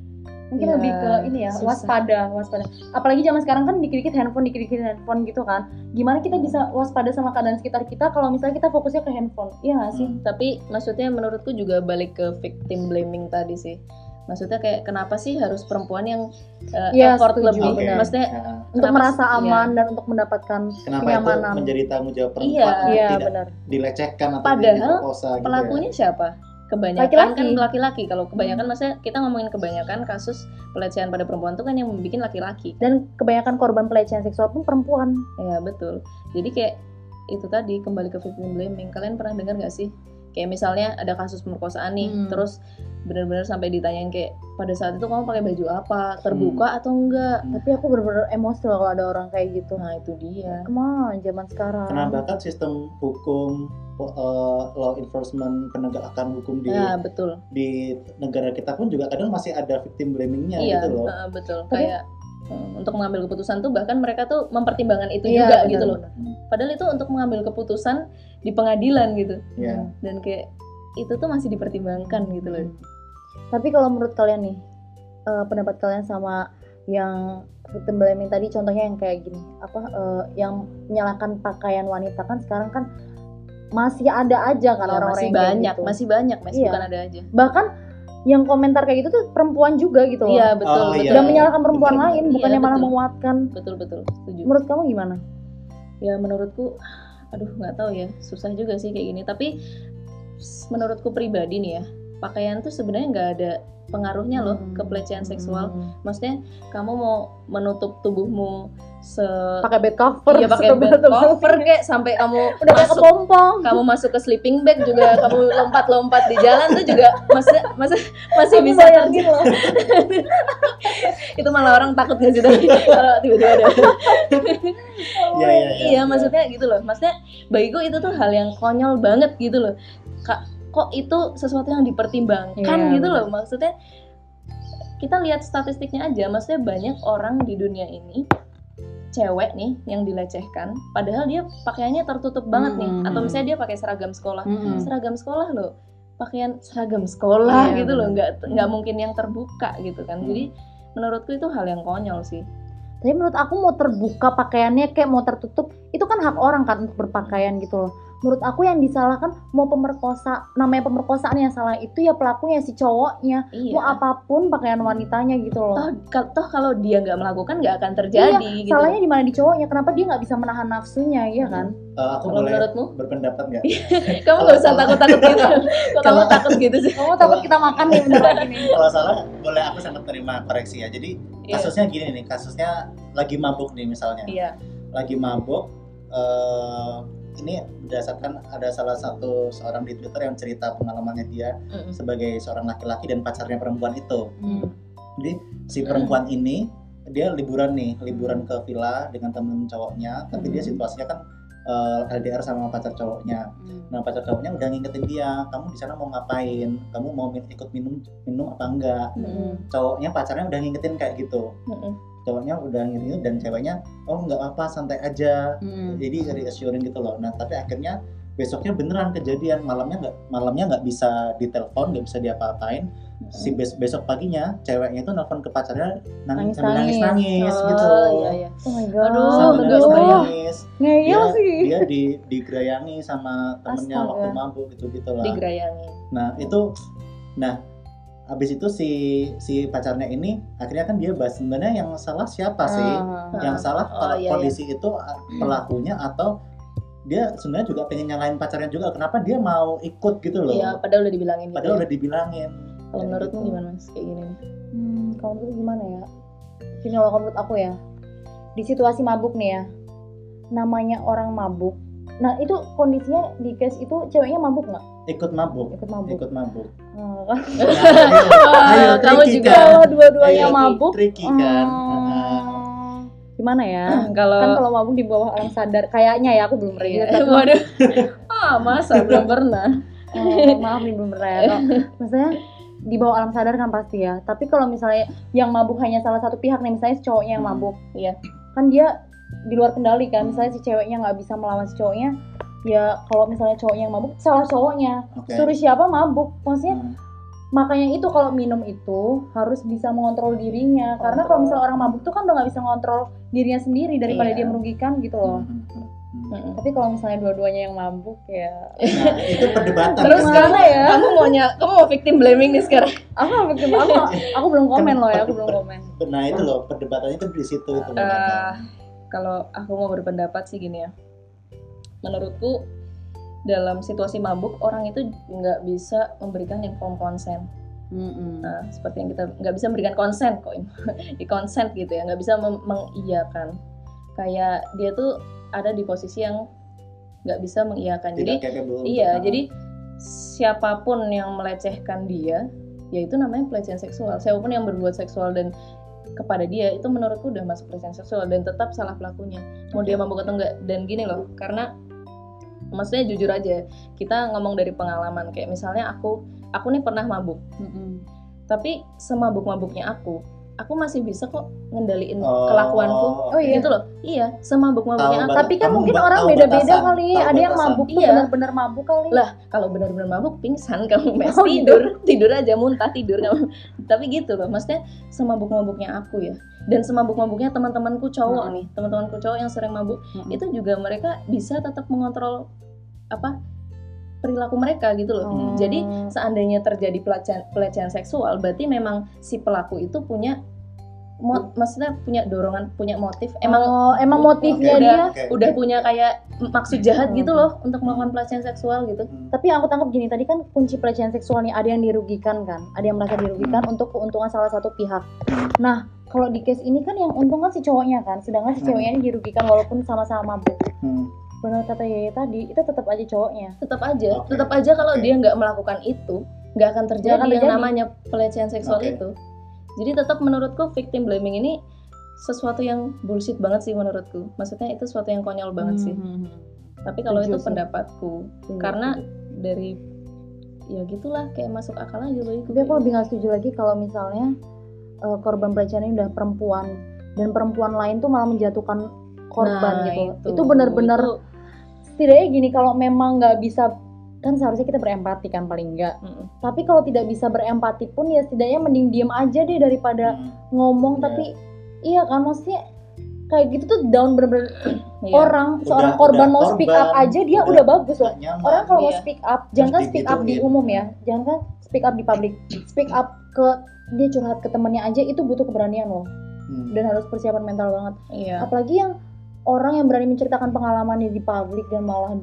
Mungkin Ya, lebih ke ini ya, susah. waspada. Apalagi zaman sekarang kan dikit-dikit handphone gitu kan. Gimana kita bisa waspada sama keadaan sekitar kita kalau misalnya kita fokusnya ke handphone? Iya nggak sih? Tapi maksudnya menurutku juga balik ke victim blaming tadi sih. Maksudnya kayak kenapa sih harus perempuan yang Iya, effort setuju. lebih? Oke. Maksudnya Untuk kenapa merasa sih? aman dan untuk mendapatkan Kenapa itu kenyamanan. menjadi tanggung jawab perempuan Iya, untuk Iya tidak benar. dilecehkan atau Padahal diperkosa gitu Pelakunya siapa? Kebanyakan Laki-laki. kan laki-laki. Kalau kebanyakan maksudnya kita ngomongin kebanyakan kasus pelecehan pada perempuan tuh kan yang membuat laki-laki. Dan kebanyakan korban pelecehan seksual pun perempuan. Ya betul. Jadi kayak itu tadi kembali ke victim blaming. Kalian pernah dengar nggak sih? Kayak misalnya ada kasus pemerkosaan nih, terus benar-benar sampai ditanyain kayak pada saat itu kamu pakai baju apa, terbuka atau enggak? Tapi aku benar-benar emosi loh kalau ada orang kayak gitu. Nah itu dia. Come on, zaman sekarang. Karena bahkan sistem hukum law enforcement penegakan hukum Ya betul. di negara kita pun juga kadang masih ada victim blamingnya Iya, gitu loh. betul. Tapi- Kayak untuk mengambil keputusan tuh bahkan mereka tuh mempertimbangkan itu Iya, juga benar, gitu loh. benar. Padahal itu untuk mengambil keputusan di pengadilan gitu. Iya. Dan kayak itu tuh masih dipertimbangkan gitu loh. Tapi kalau menurut kalian nih, pendapat kalian sama yang victim blaming tadi, contohnya yang kayak gini, yang menyalahkan pakaian wanita kan sekarang kan masih ada aja kan Ya, orang-orang masih yang kayak banyak, gitu. masih banyak, Mas, Iya. bukan ada aja. Bahkan yang komentar kayak gitu tuh perempuan juga gitu loh. Iya, betul, Oh, betul. iya. Dan menyalahkan perempuan Betul, lain, betul. bukannya Iya, malah betul. menguatkan. Betul, setuju. Menurut kamu gimana? Ya menurutku, aduh nggak tahu ya, susah juga sih kayak gini. Tapi menurutku pribadi nih ya, pakaian tuh sebenarnya nggak ada pengaruhnya loh ke pelecehan seksual. Maksudnya kamu mau menutup tubuhmu Pakai bed cover, iya pakai bed cover kayak sampai kamu udah kayak masuk kepompong. kamu masuk ke sleeping bag juga kamu lompat-lompat di jalan tuh juga masih Aku bisa bayangin loh. itu malah orang takut nggak sih tadi kalau tiba-tiba ada Iya, iya, iya maksudnya gitu loh, maksudnya bagiku itu tuh hal yang konyol banget gitu loh. Kok itu sesuatu yang dipertimbangkan Iya, gitu loh, maksudnya kita lihat statistiknya aja, maksudnya banyak orang di dunia ini cewek nih yang dilecehkan padahal dia pakaiannya tertutup banget nih, atau misalnya dia pakai seragam sekolah loh, pakaian seragam sekolah Iya, gitu loh, nggak mungkin yang terbuka gitu kan. Jadi menurutku itu hal yang konyol sih. Tapi menurut aku mau terbuka pakaiannya kayak mau tertutup, itu kan hak orang kan untuk berpakaian gitu loh. Menurut aku yang disalahkan mau namanya pemerkosaan yang salah itu ya pelakunya, si cowoknya. Iya. Mau apapun pakaian wanitanya gitu loh. Toh kalau dia nggak melakukan nggak akan terjadi Iya, gitu. salahnya di mana di cowoknya? Kenapa dia nggak bisa menahan nafsunya, ya kan? Aku Kalau boleh menurutmu? berpendapat nggak? Kamu nggak usah takut-takut gitu. Kok kamu takut gitu sih? Kamu takut kita makan nih bentar lagi nih. Kalau salah boleh aku sangat terima koreksi ya. Jadi Iya. kasusnya gini nih, kasusnya lagi mabuk nih misalnya. Iya. Lagi mabuk, ini berdasarkan ada salah satu seorang di Twitter yang cerita pengalamannya dia sebagai seorang laki-laki dan pacarnya perempuan itu. Jadi si perempuan ini dia liburan ke villa dengan temen cowoknya, tapi dia situasinya kan LDR sama pacar cowoknya. Nah pacar cowoknya udah ngingetin dia, kamu di sana mau ngapain? Kamu mau ikut minum apa enggak? Cowoknya pacarnya udah ngingetin kayak gitu. Cowoknya udah ngingetin dan ceweknya oh nggak apa santai aja. Jadi reassuring gitu loh. Nah tapi akhirnya besoknya beneran kejadian, malamnya nggak bisa ditelepon, nggak bisa diapa-apain. Si besok paginya ceweknya itu nelfon ke pacarnya nangis gitu. Iya. Oh my god. Aduh, Sambil nggak nangis. Ngeyel sih. Dia digerayangi sama temennya Astaga. waktu mabuk gitu lah. Digerayangi. Nah habis itu si pacarnya ini akhirnya kan dia bahas sebenarnya yang salah siapa sih? Yang salah kalau iya, kondisi itu pelakunya atau dia sebenarnya juga pengen nyalain pacarnya juga, kenapa dia mau ikut gitu loh? Iya, padahal udah dibilangin gitu. Padahal udah dibilangin. Kalau menurutmu gitu. gimana Mas kayak gini nih? Kalau menurut gimana ya? Gini loh, kalau menurut aku ya, di situasi mabuk nih ya, namanya orang mabuk. Nah itu kondisinya di case itu ceweknya mabuk nggak? Ikut mabuk. Ikut mabuk. Ayo, Kamu tricky juga. kan? Kalau dua-duanya Ayo, mabuk, tricky kan? gimana ya? Kalau Kan kalau mabuk di bawah alam sadar, kayaknya ya, aku belum pernah. iya. Tapi Waduh. Masa belum pernah. maaf nih belum pernah ya. Maksudnya di bawah alam sadar kan pasti ya. Tapi kalau misalnya yang mabuk hanya salah satu pihak nih, misalnya si cowoknya yang mabuk, Iya. kan dia di luar kendali kan. Misalnya si ceweknya nggak bisa melawan si cowoknya, ya kalau misalnya cowoknya yang mabuk, salah cowoknya. Oke. Suruh siapa mabuk? Maksudnya makanya itu kalau minum itu harus bisa mengontrol dirinya. Karena kalau misalnya orang mabuk tuh kan udah nggak bisa ngontrol dirinya sendiri daripada dia merugikan gitu loh. Tapi kalau misalnya dua-duanya yang mabuk ya Nah, itu perdebatan. Terus Gimana ya? kamu mau victim blaming nih sekarang? aku belum komen loh ya, aku belum komen. Nah itu loh, perdebatannya itu di situ itu. Kalau aku mau berpendapat sih gini ya, menurutku dalam situasi mabuk orang itu nggak bisa memberikan informed consent. Nah, seperti yang kita nggak bisa memberikan konsen kok, di consent gitu ya, nggak bisa mengiyakan. Kayak dia tuh ada di posisi yang nggak bisa mengiyakan. Jadi jadi siapapun yang melecehkan dia, ya itu namanya pelecehan seksual. Siapapun yang berbuat seksual dan kepada dia, itu menurutku udah masuk pelecehan seksual dan tetap salah pelakunya. Mau dia mabuk atau enggak. Dan gini loh, karena maksudnya jujur aja, kita ngomong dari pengalaman. Kayak misalnya aku nih pernah mabuk. Tapi semabuk-mabuknya aku masih bisa kok ngendaliin kelakuanku. Gitu loh. Iya, semabuk-mabuknya aku. Tapi kan mungkin orang beda-beda kali. Ada yang mabuk tuh benar-benar mabuk kali. Lah, kalau benar-benar mabuk pingsan kamu, mes tidur aja, muntah tidur kamu. Tapi gitu loh, maksudnya semabuk-mabuknya aku ya. Dan semabuk-mabuknya teman-temanku cowok nih, teman-temanku cowok yang sering mabuk, itu juga mereka bisa tetap mengontrol perilaku mereka gitu loh. Jadi seandainya terjadi pelecehan seksual, berarti memang si pelaku itu punya maksudnya punya dorongan, punya motif. Emang motifnya dia udah punya kayak maksud jahat gitu loh untuk melakukan pelecehan seksual gitu. Tapi yang aku tangkap gini, tadi kan kunci pelecehan seksual nih, ada yang dirugikan kan, ada yang merasa dirugikan untuk keuntungan salah satu pihak. Nah, kalau di case ini kan yang untung kan si cowoknya kan, sedangkan si ceweknya ini dirugikan walaupun sama-sama mabuk. Benar kata Yaya tadi, itu tetap aja cowoknya. Tetap aja kalau dia nggak melakukan itu, nggak akan terjadi yang namanya pelecehan seksual itu. Jadi tetap menurutku victim blaming ini sesuatu yang bullshit banget sih menurutku. Maksudnya itu sesuatu yang konyol banget sih. Tapi kalau itu pendapatku, karena dari ya gitulah, kayak masuk akal aja bagiku. Tapi aku lebih nggak setuju lagi kalau misalnya korban pelecehan ini udah perempuan dan perempuan lain tuh malah menjatuhkan korban gitu. Itu benar-benar setidaknya gini, kalau memang nggak bisa, kan seharusnya kita berempati kan paling enggak. Tapi kalau tidak bisa berempati pun ya setidaknya mending diem aja deh daripada ngomong. Tapi iya kan, maksudnya kayak gitu tuh down bener-bener. Seorang korban mau speak up aja dia udah bagus loh. Orang kalau mau speak up, jangan speak up di umum ya, jangan speak up di publik, speak up ke dia curhat ke temannya aja, itu butuh keberanian loh. Dan harus persiapan mental banget. Apalagi yang orang yang berani menceritakan pengalamannya di publik dan malah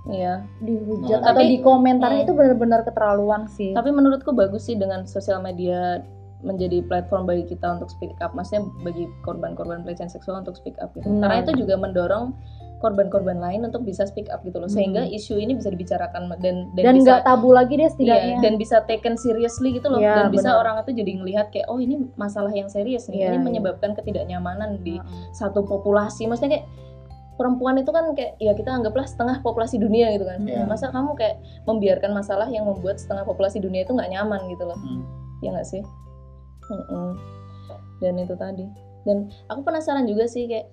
dihujat atau di komentar, itu benar-benar keterlaluan sih. Tapi menurutku bagus sih dengan sosial media menjadi platform bagi kita untuk speak up, maksudnya bagi korban-korban pelecehan seksual untuk speak up gitu. Karena itu juga mendorong korban-korban lain untuk bisa speak up gitu loh, sehingga isu ini bisa dibicarakan dan nggak tabu lagi deh setidaknya. Dan bisa taken seriously gitu loh, dan bisa orang itu jadi ngelihat kayak oh ini masalah yang serius nih, ini menyebabkan ketidaknyamanan di satu populasi. Maksudnya kayak perempuan itu kan kayak ya kita anggaplah setengah populasi dunia gitu kan. Masa kamu kayak membiarkan masalah yang membuat setengah populasi dunia itu nggak nyaman gitu loh. Ya nggak sih? Dan itu tadi. Dan aku penasaran juga sih kayak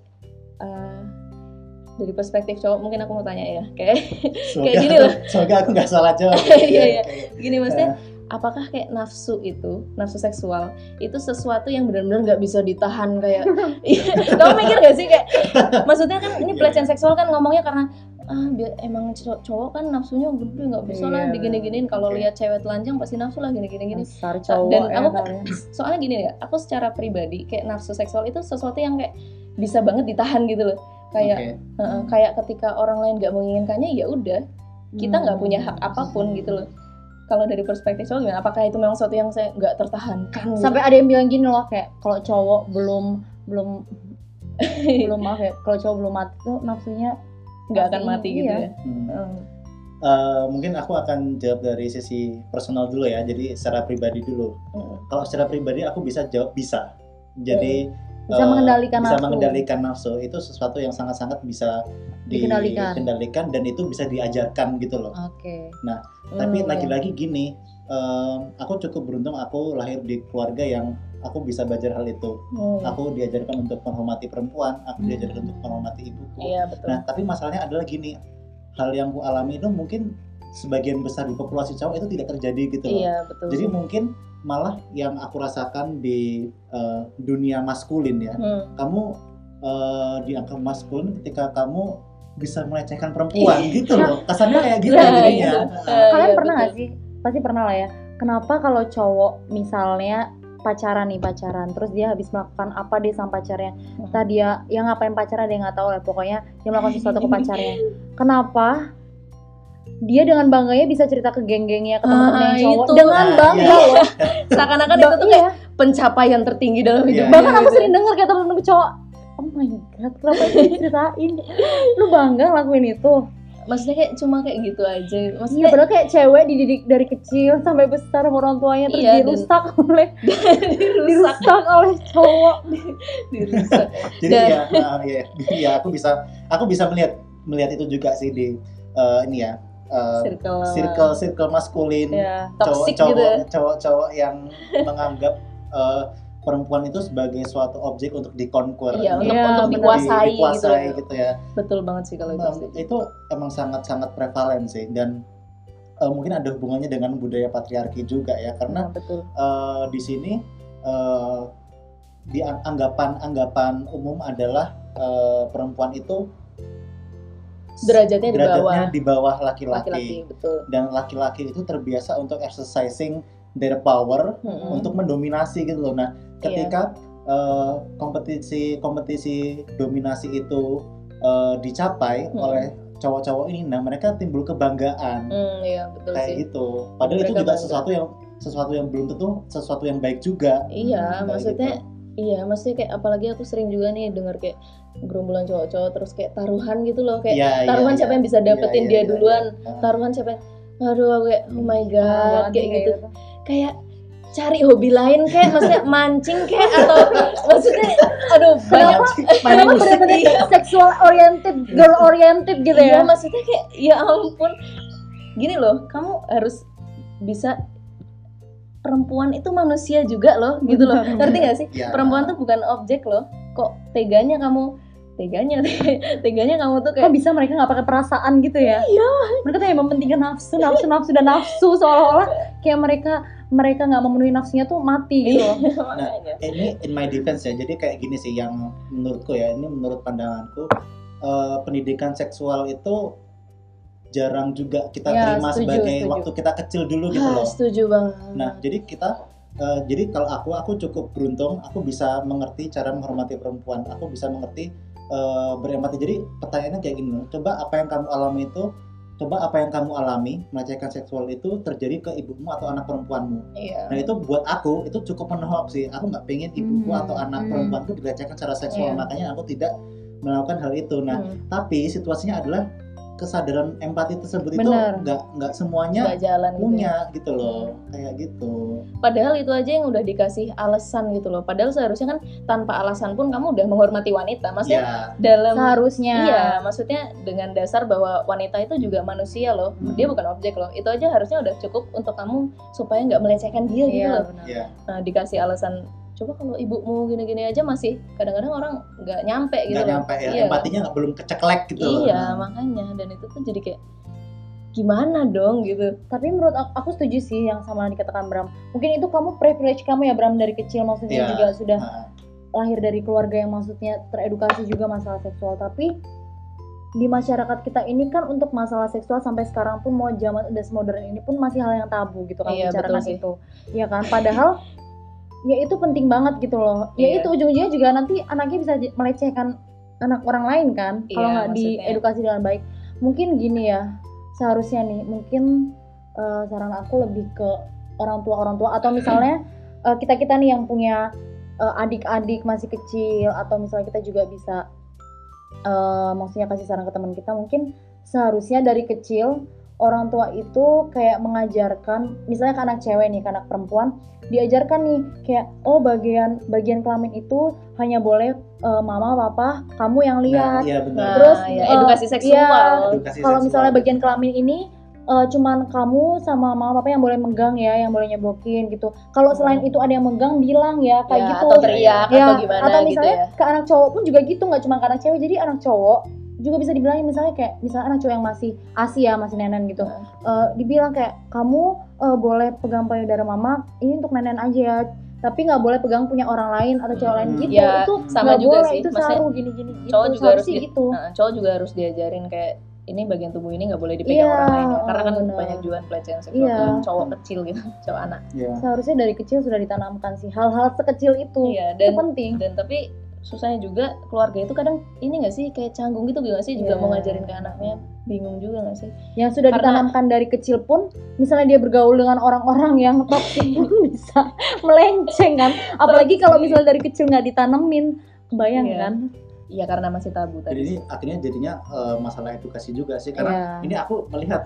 dari perspektif cowok, mungkin aku mau tanya ya, kayak gini loh. Semoga aku nggak salah jawab. Iya. Gini maksudnya, apakah kayak nafsu seksual itu sesuatu yang benar-benar nggak bisa ditahan kayak? Kamu mikir nggak sih kayak? Maksudnya kan ini pelecehan seksual kan ngomongnya karena emang cowok kan nafsunya gede, nggak bisa lah digini-giniin. Kalau lihat cewek telanjang pasti nafsu lah gini-gini. Dan aku kan soalnya gini ya, aku secara pribadi kayak nafsu seksual itu sesuatu yang kayak bisa banget ditahan gitu loh. Kayak kayak ketika orang lain nggak menginginkannya, ya udah kita nggak punya hak apapun gitu loh. Kalau dari perspektif cowok gimana? Apakah itu memang sesuatu yang saya nggak tertahankan? Sampai ada yang bilang gini loh, kayak kalau cowok belum kalau cowok belum mati tuh nafsunya nggak akan mati gitu ya. Mungkin aku akan jawab dari sisi personal dulu ya, jadi secara pribadi dulu. Kalau secara pribadi aku bisa jawab bisa. Jadi bisa mengendalikan nafsu itu sesuatu yang sangat-sangat bisa dikendalikan dan itu bisa diajarkan gitu loh. Nah, tapi lagi-lagi gini, aku cukup beruntung aku lahir di keluarga yang aku bisa belajar hal itu. Aku diajarkan untuk menghormati perempuan, aku diajarkan untuk menghormati ibuku. Iya, betul. Nah, tapi masalahnya adalah gini, hal yang aku alami itu mungkin sebagian besar di populasi cowok itu tidak terjadi gitu loh. Iya, betul. Jadi mungkin malah yang aku rasakan di dunia maskulin ya, kamu dianggap maskulin ketika kamu bisa melecehkan perempuan gitu loh. Kesannya kayak gitu jadinya. Kalian pernah nggak sih? Pasti pernah lah ya. Kenapa kalau cowok misalnya pacaran, terus dia habis melakukan apa dia sama pacarnya, entah dia yang ngapain pacarnya dia nggak tahu lah, pokoknya dia melakukan sesuatu ke pacarnya. Kenapa dia dengan bangganya bisa cerita ke geng-gengnya, ke teman-teman yang cowok itu. dengan bangga loh. Seakan-akan itu tuh kayak pencapaian tertinggi dalam hidup. Bahkan aku sering dengar kayak temen-temen cowok, oh my god, kenapa itu diceritain? Lu bangga ngelakuin itu? Maksudnya kayak cuma kayak gitu aja. Maksudnya padahal kayak cewek dididik dari kecil sampai besar sama orang tuanya, terus dirusak oleh cowok. Dirusak. Jadi ya aku bisa melihat itu juga sih di ini ya. Circle maskulin, cowok-cowok yang menganggap perempuan itu sebagai suatu objek untuk dikonquer, untuk dikuasai gitu ya. Betul banget sih kalau itu. Itu emang sangat prevalen sih, dan mungkin ada hubungannya dengan budaya patriarki juga ya, karena di sini di anggapan umum adalah perempuan itu derajatnya di bawah laki-laki. Betul. Dan laki-laki itu terbiasa untuk exercising their power untuk mendominasi gitu loh. Nah, ketika kompetisi dominasi itu dicapai oleh cowok-cowok ini, nah mereka timbul kebanggaan. Betul kayak sih. gitu. Padahal itu juga sesuatu yang belum tentu sesuatu yang baik juga. Iya, maksudnya kayak apalagi aku sering juga nih dengar kayak gerombolan cowok-cowok terus kayak taruhan gitu loh, kayak taruhan siapa yang bisa dapetin dia duluan. Taruhan siapa yang aduh kayak oh my god kayak gitu. Kayak cari hobi lain kayak maksudnya mancing kayak atau maksudnya aduh banyak kenapa bener-bener sexual oriented, girl oriented gitu ya. Maksudnya kayak ya ampun. Gini loh, kamu harus bisa, perempuan itu manusia juga loh gitu loh. Ngerti gak sih? Perempuan tuh bukan objek loh. Kok teganya kamu tuh kayak kok bisa mereka nggak pakai perasaan gitu ya? Iya. Mereka tuh yang mementingkan nafsu seolah-olah kayak mereka nggak memenuhi nafsunya tuh mati gitu. Nah, ini in my defense ya. Jadi kayak gini sih yang menurutku ya, ini menurut pandanganku, pendidikan seksual itu jarang juga kita terima sebagai waktu kita kecil dulu gitu loh. Setuju banget. Nah, jadi kalau aku cukup beruntung, aku bisa mengerti cara menghormati perempuan, aku bisa mengerti berempati. Jadi pertanyaannya kayak gini loh, coba apa yang kamu alami melecehkan seksual itu terjadi ke ibumu atau anak perempuanmu. Nah itu buat aku itu cukup menohok sih. Aku nggak pengen ibuku atau anak perempuanku dilecehkan secara seksual, makanya aku tidak melakukan hal itu. Nah tapi situasinya adalah kesadaran empati tersebut itu nggak semuanya gak jalan punya gitu loh, kayak gitu. Padahal itu aja yang udah dikasih alasan gitu loh. Padahal seharusnya kan tanpa alasan pun kamu udah menghormati wanita. Maksudnya dalam seharusnya. Iya, maksudnya dengan dasar bahwa wanita itu juga manusia loh. Dia bukan objek loh. Itu aja harusnya udah cukup untuk kamu supaya nggak melecehkan dia gitu loh. Nah, dikasih alasan. Coba kalau ibumu gini-gini aja masih kadang-kadang orang nggak nyampe gitu loh. Nggak nyampe ya, empatinya belum keceklek gitu loh. Iya, makanya. Dan itu tuh jadi kayak gimana dong gitu. Tapi menurut aku setuju sih yang sama dikatakan Bram. Mungkin itu kamu privilege kamu ya Bram dari kecil, maksudnya juga sudah lahir dari keluarga yang maksudnya teredukasi juga masalah seksual. Tapi di masyarakat kita ini kan untuk masalah seksual sampai sekarang pun mau zaman udah semodern ini pun masih hal yang tabu gitu kalau bicarakan itu. Iya kan? Padahal ya itu penting banget gitu loh. Ya itu ujung-ujungnya juga nanti anaknya bisa melecehkan anak orang lain kan kalau nggak diedukasi dengan baik. Mungkin gini ya, seharusnya nih mungkin saran aku lebih ke orang tua atau misalnya kita nih yang punya adik-adik masih kecil, atau misalnya kita juga bisa maksudnya kasih saran ke teman kita, mungkin seharusnya dari kecil orang tua itu kayak mengajarkan, misalnya ke anak cewek nih, ke anak perempuan, diajarkan nih kayak bagian kelamin itu hanya boleh mama, papa, kamu yang lihat. Terus edukasi seksual. Kalau misalnya bagian kelamin ini cuman kamu sama mama papa yang boleh megang ya, yang boleh nyebokin gitu. Kalau selain itu ada yang megang, bilang ya kayak gitu. Atau teriak atau gimana atau misalnya gitu ya. Ke anak cowok pun juga gitu, nggak cuma ke anak cewek. Jadi anak cowok juga bisa dibilangin misalnya kayak misalnya anak cowok yang masih Asia, masih nenen gitu, dibilang kayak kamu boleh pegang payudara mama, ini untuk nenen aja ya, tapi nggak boleh pegang punya orang lain atau cowok lain gitu. Ya, itu sama nggak juga boleh, sih. itu Maksudnya, saru gini-gini gitu. Cowok juga harus gitu. Cowok juga harus diajarin kayak ini bagian tubuh ini nggak boleh dipegang orang lain ya. Karena kan banyak juga pelecehan seksual ke cowok kecil gitu, cowok anak. Seharusnya dari kecil sudah ditanamkan sih hal-hal sekecil itu. Iya, itu penting. Dan tapi susahnya juga keluarga itu kadang ini nggak sih kayak canggung gitu nggak sih juga mau ngajarin ke anaknya, bingung juga nggak sih? Yang sudah ditanamkan dari kecil pun, misalnya dia bergaul dengan orang-orang yang toksik pun bisa melenceng kan. Apalagi kalau misalnya dari kecil nggak ditanemin, kebayang kan? Iya karena masih tabu tadi. Jadi ini akhirnya jadinya masalah edukasi juga sih karena ini aku melihat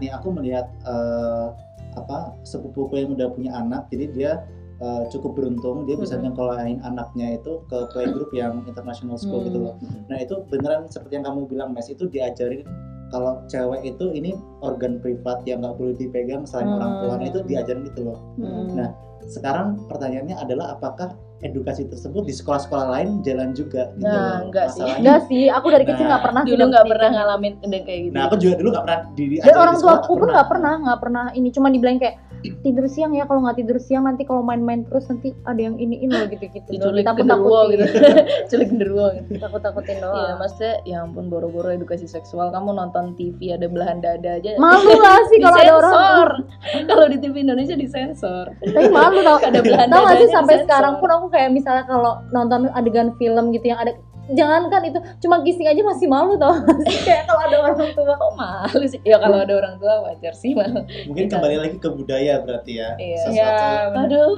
sepupuku yang udah punya anak, jadi dia cukup beruntung dia bisa nyekolahin anaknya itu ke playgroup yang international school gitu loh. Nah itu beneran seperti yang kamu bilang Mes, itu diajarin kalau cewek itu ini organ privat yang nggak boleh dipegang selain orang tuanya, itu diajarin gitu loh. Nah sekarang pertanyaannya adalah apakah edukasi tersebut di sekolah-sekolah lain jalan juga gitu loh. Enggak sih, aku dari kecil nggak pernah dulu nggak pernah ngalamin kayak gitu. Nah aku juga dulu nggak pernah dan orang tua aku pun nggak pernah ini, cuma dibilang kayak tidur siang ya, kalau nggak tidur siang nanti kalau main-main terus nanti ada yang ini loh gitu-gitu. Diculik genderuwo gitu. Culik genderuwo gitu. Takut-takutin doang. Iya, maksudnya ya ampun boro-boro edukasi seksual kamu nonton TV ada belahan dada aja. Malu lah sih kalau ada orang. Kalau di TV Indonesia disensor. Tapi malu tau. Ada belahan dada. Tahu nggak sih sampai disensor. sekarang pun aku kayak misalnya kalau nonton adegan film gitu yang ada, jangankan itu cuma kissing aja masih malu tau. Kayak kalau ada orang tua. Kok malu sih? Ya kalau ada orang tua wajar sih malu. Mungkin kembali lagi ke budaya berarti ya. Iya. Aduh.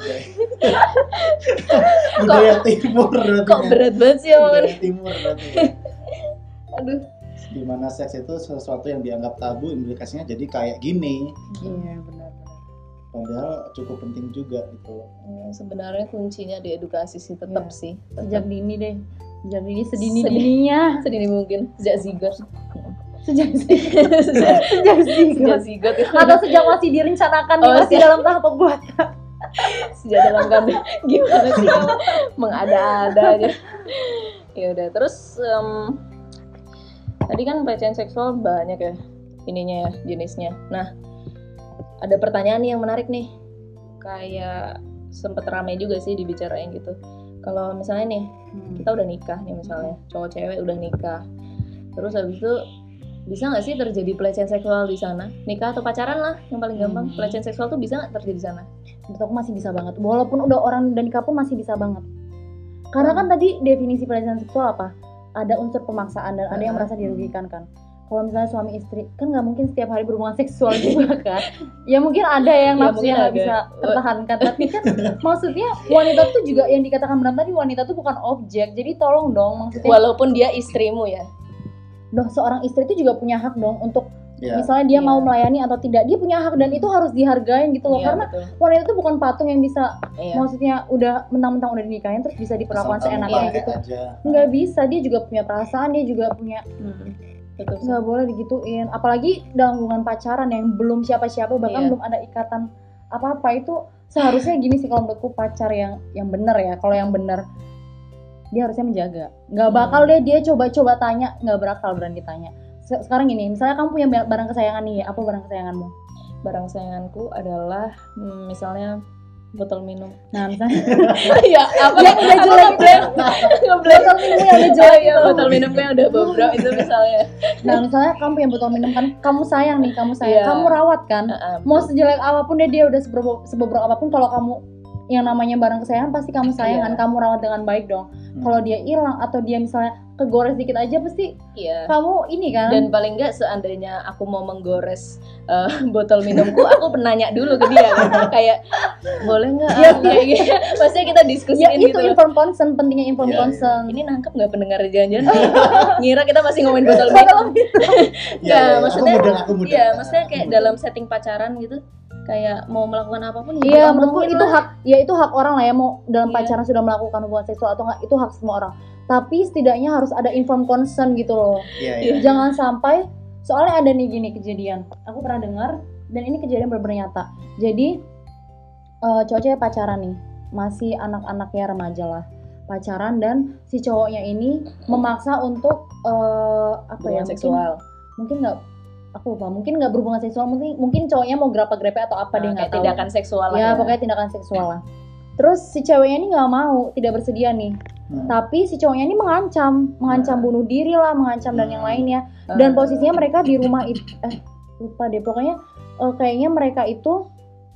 Budaya timur berarti. Kok berat banget sih budaya timur berarti. Aduh. Dimana seks itu sesuatu yang dianggap tabu, implikasinya jadi kayak gini. Iya benar. Padahal cukup penting juga gitu. Ya, sebenarnya kuncinya di edukasi sih tetap sih. Sejak dini deh. Sejak dini sedini-dininya. Sedini mungkin. Sejak zigot. Sejak zigot. Atau sejak masih direncanakan, masih dalam tahap pembuatan. Sejak dalam kandungan. Gimana sih kamu mengada-ada aja. Ya udah, terus tadi kan pelecehan seksual banyak ya ininya ya, jenisnya. Nah, ada pertanyaan nih yang menarik nih, kayak sempet ramai juga sih dibicarain gitu. Kalau misalnya nih kita udah nikah nih misalnya, cowok cewek udah nikah, terus habis itu bisa nggak sih terjadi pelecehan seksual di sana? Nikah atau pacaran lah yang paling gampang. Pelecehan seksual tuh bisa nggak terjadi di sana? Menurut aku masih bisa banget, walaupun udah orang dan nikah pun masih bisa banget. Karena kan tadi definisi pelecehan seksual apa? Ada unsur pemaksaan dan ada yang merasa dirugikan kan. Kalau misalnya suami istri kan nggak mungkin setiap hari berhubungan seksual juga kan. Ya mungkin ada yang nafsunya nggak bisa tertahankan, tapi kan maksudnya wanita tuh juga yang dikatakan benar tadi, wanita tuh bukan objek. Jadi tolong dong, maksudnya walaupun dia istrimu ya. Seorang istri itu juga punya hak dong untuk misalnya dia mau melayani atau tidak, dia punya hak dan itu harus dihargain gitu loh. Karena wanita itu bukan patung yang bisa maksudnya udah mentang-mentang udah dinikahin terus bisa diperlakukan seenaknya gitu. Nggak bisa, dia juga punya perasaan, dia juga punya nggak boleh digituin. Apalagi dalam hubungan pacaran yang belum siapa-siapa, bahkan belum ada ikatan apa-apa, itu seharusnya gini sih kalau menurutku, pacar yang benar ya. Kalau yang benar dia harusnya menjaga. Nggak bakal deh dia coba-coba tanya, nggak bakal berani tanya. Sekarang gini, misalnya kamu punya barang kesayangan nih, apa barang kesayanganmu? Barang kesayanganku adalah misalnya botol minum. Nah misalnya ya apa yang udah jelek botol minum yang udah jelek ya, botol minumnya udah bobrok itu misalnya. Nah misalnya kamu punya botol minum kan, kamu sayang, kamu rawat kan, mau sejelek apapun dia udah sebobrok apapun, kalau kamu yang namanya barang kesayangan pasti kamu sayang kan, kamu rawat dengan baik dong. Kalau dia hilang atau dia misalnya kegores dikit aja pasti kamu ini kan. Dan paling enggak seandainya aku mau menggores botol minumku, aku penanya dulu ke dia kan, kayak boleh nggak kayak gitu. Maksudnya kita diskusiin gitu. Itu inform consent, pentingnya inform consent. Ini nangkep nggak pendengar jangan-jangan ngira kita masih ngomongin botol minum. Ya maksudnya maksudnya kayak dalam setting pacaran gitu, kayak mau melakukan apapun. Iya, menurutku itu hak, ya itu hak orang lah ya, mau dalam pacaran sudah melakukan hubungan seksual atau enggak, itu hak semua orang. Tapi setidaknya harus ada inform consent gitu loh. Jangan sampai, soalnya ada nih gini kejadian, aku pernah dengar dan ini kejadian benar-benar nyata. Jadi cowok-cewek pacaran nih, masih anak-anak ya, remaja lah. pacaran dan si cowoknya ini memaksa untuk hubungan seksual. Mungkin nggak, aku lupa, mungkin nggak berhubungan seksual, mungkin cowoknya mau grepe atau apa deh, nggak tahu. Tindakan seksual ya, pokoknya tindakan seksual lah. Terus si ceweknya ini nggak mau, tidak bersedia nih. Tapi si cowoknya ini mengancam bunuh diri lah, mengancam dan yang lainnya. Dan posisinya mereka di rumah itu, lupa deh, pokoknya kayaknya mereka itu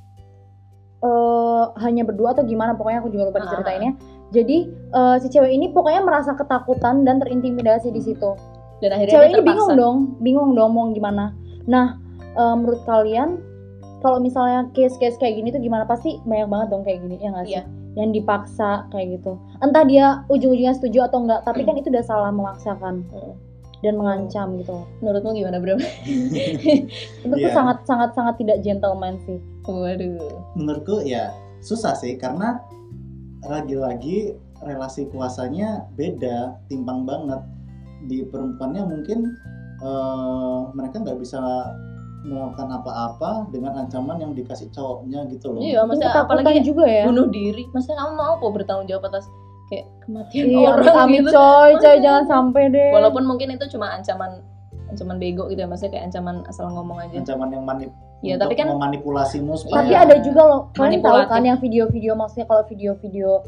hanya berdua atau gimana, pokoknya aku juga lupa diceritainnya. Jadi si cewek ini pokoknya merasa ketakutan dan terintimidasi di situ. Dan akhirnya cewek ini bingung dong mau gimana. Nah, menurut kalian kalau misalnya case-case kayak gini tuh gimana? Pasti banyak banget dong kayak gini, ya nggak sih? Yang dipaksa kayak gitu. Entah dia ujung-ujungnya setuju atau enggak, tapi kan itu udah salah memaksakan dan mengancam gitu. Menurutmu gimana, Bro? Menurutku sangat tidak gentleman sih. Waduh. Menurutku ya susah sih, karena lagi-lagi relasi kuasanya beda, timpang banget. Di perempuannya mungkin mereka nggak bisa melakukan apa-apa dengan ancaman yang dikasih cowoknya gitu loh. Iya, maksudnya apalagi juga ya. Bunuh diri. Maksudnya kamu mau apa bertanggung jawab atas kayak kematian orang gitu. coy, jangan sampai deh. Walaupun mungkin itu cuma ancaman bego gitu ya, maksudnya kayak ancaman asal ngomong aja. Ancaman yang ya, tapi kan memanipulasimu supaya. Tapi ada juga loh, kalian tahu kan yang video-video, maksudnya kalau video-video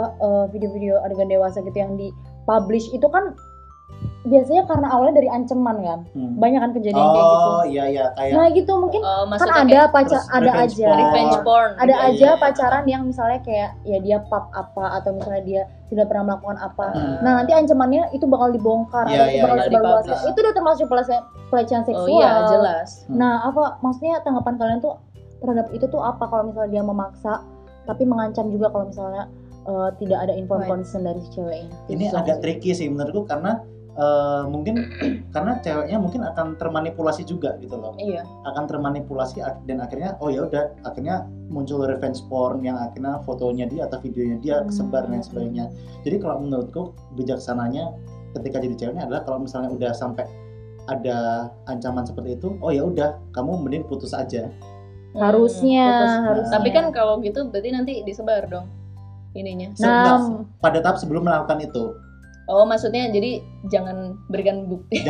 adegan dewasa gitu yang di publish itu kan biasanya karena awalnya dari ancaman kan. Banyak kan kejadian kayak gitu. Oh iya kayak. Nah gitu mungkin kan ada revenge porn. Ada aja pacaran yang misalnya kayak ya dia pap apa atau misalnya dia sudah pernah melakukan apa. Nah nanti ancamannya itu bakal dibongkar, itu bakal disebarluaskan. Itu udah termasuk pelecehan seksual. Oh iya, jelas. Nah, apa maksudnya tanggapan kalian tuh terhadap itu tuh apa kalau misalnya dia memaksa tapi mengancam juga kalau misalnya tidak ada informed consent dari si cewek ini. Ini agak tricky sih menurutku, karena mungkin karena ceweknya mungkin akan termanipulasi juga gitu loh. Iya. Akan termanipulasi dan akhirnya akhirnya muncul revenge porn yang akhirnya fotonya dia atau videonya dia kesebar dan sebagainya. Jadi kalau menurutku bijaksananya ketika jadi ceweknya adalah kalau misalnya udah sampai ada ancaman seperti itu, oh ya udah kamu mending putus aja. Harusnya. Tapi kan kalau gitu berarti nanti disebar dong ininya. Pada tahap sebelum melakukan itu. Oh, maksudnya jadi jangan berikan bukti.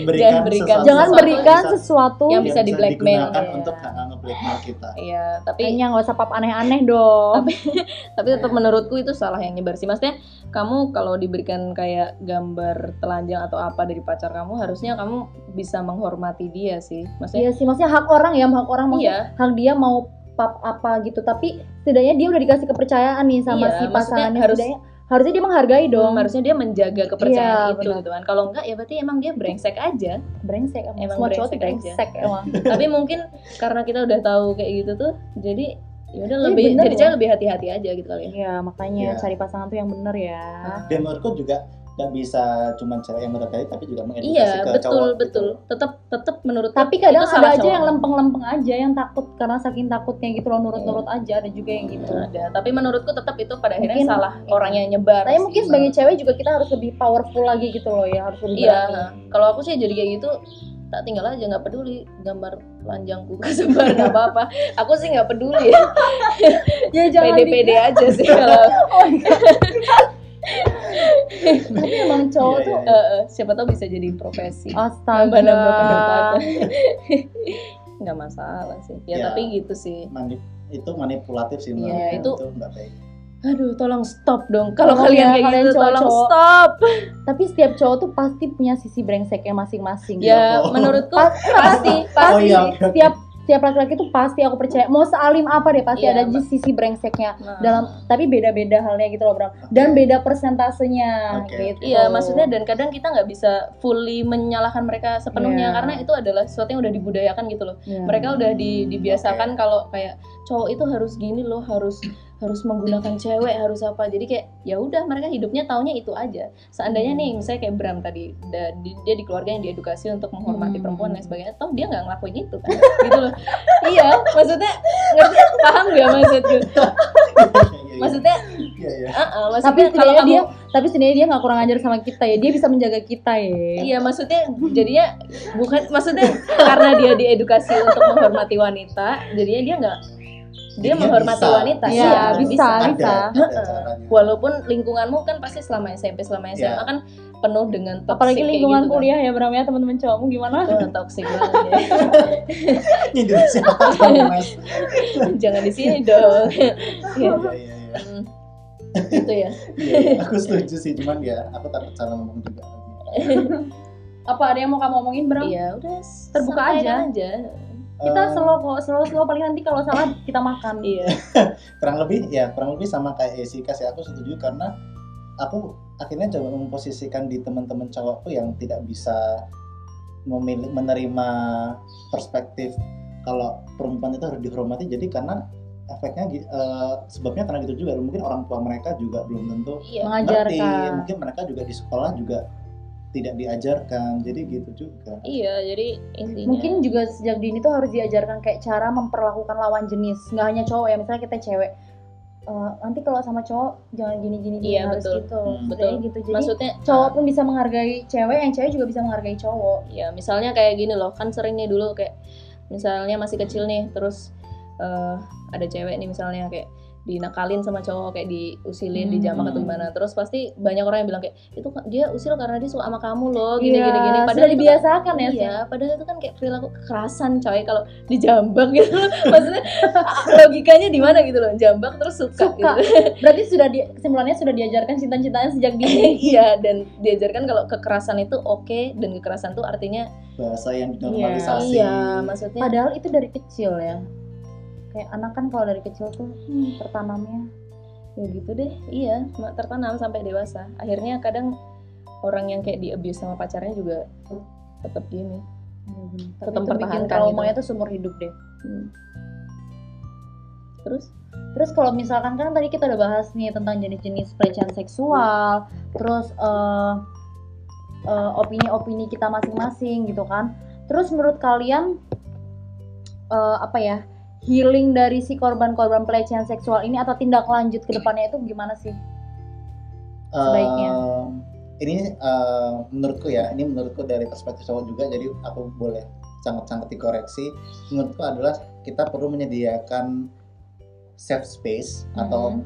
Jangan berikan sesuatu yang bisa di-blackmail untuk nge-blackmail kita. Iya, tapi kayaknya nggak usah pap aneh-aneh dong. Tapi tetap menurutku itu salah yang nyebar sih. Maksudnya kamu kalau diberikan kayak gambar telanjang atau apa dari pacar kamu, harusnya kamu bisa menghormati dia sih. Maksudnya iya sih, maksudnya hak orang maksudnya hak dia mau pap apa gitu, tapi setidaknya dia udah dikasih kepercayaan nih sama si pasangannya, harusnya dia menghargai dong. Harusnya dia menjaga kepercayaan itu gitu kan. Kalau enggak ya berarti emang dia brengsek aja. Emang semua cowok brengsek emang. Tapi mungkin karena kita udah tahu kayak gitu tuh, jadi ya udah jadi cewek lebih hati-hati aja gitu kali ya. Iya, makanya cari pasangan tuh yang bener ya. Dan menurutku juga nggak bisa cuma cewek yang menghargai, tapi juga mengedukasi ke cowok. Betul. Tetap menurut. Tapi kadang ada aja yang lempeng-lempeng aja, yang takut karena saking takutnya gitu loh, nurut-nurut aja, ada juga yang gitu. Ada. Tapi menurutku tetap itu pada akhirnya salah orang yang nyebar. Tapi mungkin sebagai cewek juga kita harus lebih powerful lagi gitu loh ya, harus lebih berani. Iya. Kalau aku sih jadi kayak gitu, tak tinggal aja, nggak peduli gambar telanjangku kesebar nggak apa-apa. Aku sih nggak peduli. Ya jangan pede-pede aja sih kalau. Tapi emang cowok tuh siapa tahu bisa jadi profesi. Astaga. Nambah pendapatan. Nggak masalah sih. Ya tapi gitu sih. Itu manipulatif sih menurut itu nggak baik. Aduh, tolong stop dong. Kalau kalian kayak gitu, tolong stop. Tapi setiap cowok tuh pasti punya sisi brengseknya masing-masing. Ya, menurutku pasti. Setiap laki-laki tuh pasti, aku percaya, mau sealim apa deh pasti ada sisi brengseknya tapi beda-beda halnya gitu loh, Bram. Dan beda persentasenya gitu. Iya, maksudnya dan kadang kita nggak bisa fully menyalahkan mereka sepenuhnya karena itu adalah sesuatu yang udah dibudayakan gitu loh. Mereka udah dibiasakan kalau kayak cowok itu harus gini loh, harus menggunakan cewek, harus apa. Jadi kayak ya udah mereka hidupnya taunya itu aja. Seandainya nih misalnya kayak Bram tadi dia di keluarga yang diedukasi untuk menghormati perempuan dan sebagainya, toh dia nggak ngelakuin itu kan. Gitu loh. Iya, maksudnya ngerti, paham nggak maksudku? Maksudnya tapi sebenarnya dia nggak kurang ajar sama kita ya, dia bisa menjaga kita ya. Iya, maksudnya jadinya maksudnya karena dia diedukasi untuk menghormati wanita, jadinya dia dia Jadinya menghormati bisa. wanita. Iya, Iya, bisa. Ada caranya. Walaupun lingkunganmu kan pasti selama SMP, selama SMA Iya. kan penuh dengan toxic Apalagi kayak lingkungan gitu kan. kuliah ya Bram ya, teman-teman cowokmu gimana? Wah, toxic banget ya. Nyindir siapa Mas? Jangan di sini dong. Iya. Iya. Gitu ya. Iya, aku setuju sih, cuman ya aku takut salah ngomong juga. Apa ada yang mau kamu omongin Bram? Iya, udah Terbuka sampaikan aja. Kita slow kok, slow paling nanti kalau salah kita makan. Iya. kurang lebih sama kayak Jessica sih, aku setuju karena aku akhirnya coba memposisikan di teman-teman cowokku yang tidak bisa menerima perspektif kalau perempuan itu harus dihormati, jadi karena efeknya sebabnya karena gitu juga, mungkin orang tua mereka juga belum tentu Iya. ngerti, Mengajarkan. mungkin mereka juga di sekolah juga tidak diajarkan, jadi gitu juga. Iya, jadi intinya Mungkin juga sejak dini tuh harus diajarkan kayak cara memperlakukan lawan jenis, nggak hanya cowok ya, misalnya kita cewek. Nanti kalau sama cowok jangan gini-gini, Iya, harus betul. gitu. Hmm. Betul. Kayak gitu. Jadi maksudnya cowok pun bisa menghargai cewek, yang cewek juga bisa menghargai cowok. ya misalnya kayak gini loh, kan sering nih dulu kayak misalnya masih kecil nih, terus ada cewek nih misalnya kayak dinakalin sama cowok, kayak diusilin, dijambak atau gimana, terus pasti banyak orang yang bilang kayak itu dia usil karena dia suka sama kamu loh, gini Iya, gini gini, sudah padahal itu kan, dibiasakan ya. iya, padahal itu kan kayak perilaku kekerasan coy kalau dijambak gitu. Maksudnya logikanya di mana gitu loh, jambak terus suka. Suka. Gitu. Berarti kesimpulannya sudah diajarkan cinta-cintaan sejak dini. Iya, dan diajarkan kalau kekerasan itu oke, dan kekerasan itu artinya Bahasa yang dinormalisasi. iya, maksudnya Padahal itu dari kecil ya. Kayak anak kan kalau dari kecil tuh tertanamnya. ya gitu deh, iya, tertanam sampai dewasa. Akhirnya kadang orang yang kayak di abuse sama pacarnya juga tetap gini. Tapi Tetap itu bikin mempertahankan traumanya gitu. tuh seumur hidup deh. Terus Kalau misalkan kan tadi kita udah bahas nih tentang jenis-jenis pelecehan seksual, terus opini-opini kita masing-masing gitu kan. Terus menurut kalian healing dari si korban-korban pelecehan seksual ini atau tindak lanjut ke depannya itu gimana sih? Sebaiknya. Ini menurutku dari perspektif cowok juga, jadi aku boleh sangat-sangat dikoreksi. Menurutku adalah kita perlu menyediakan safe space atau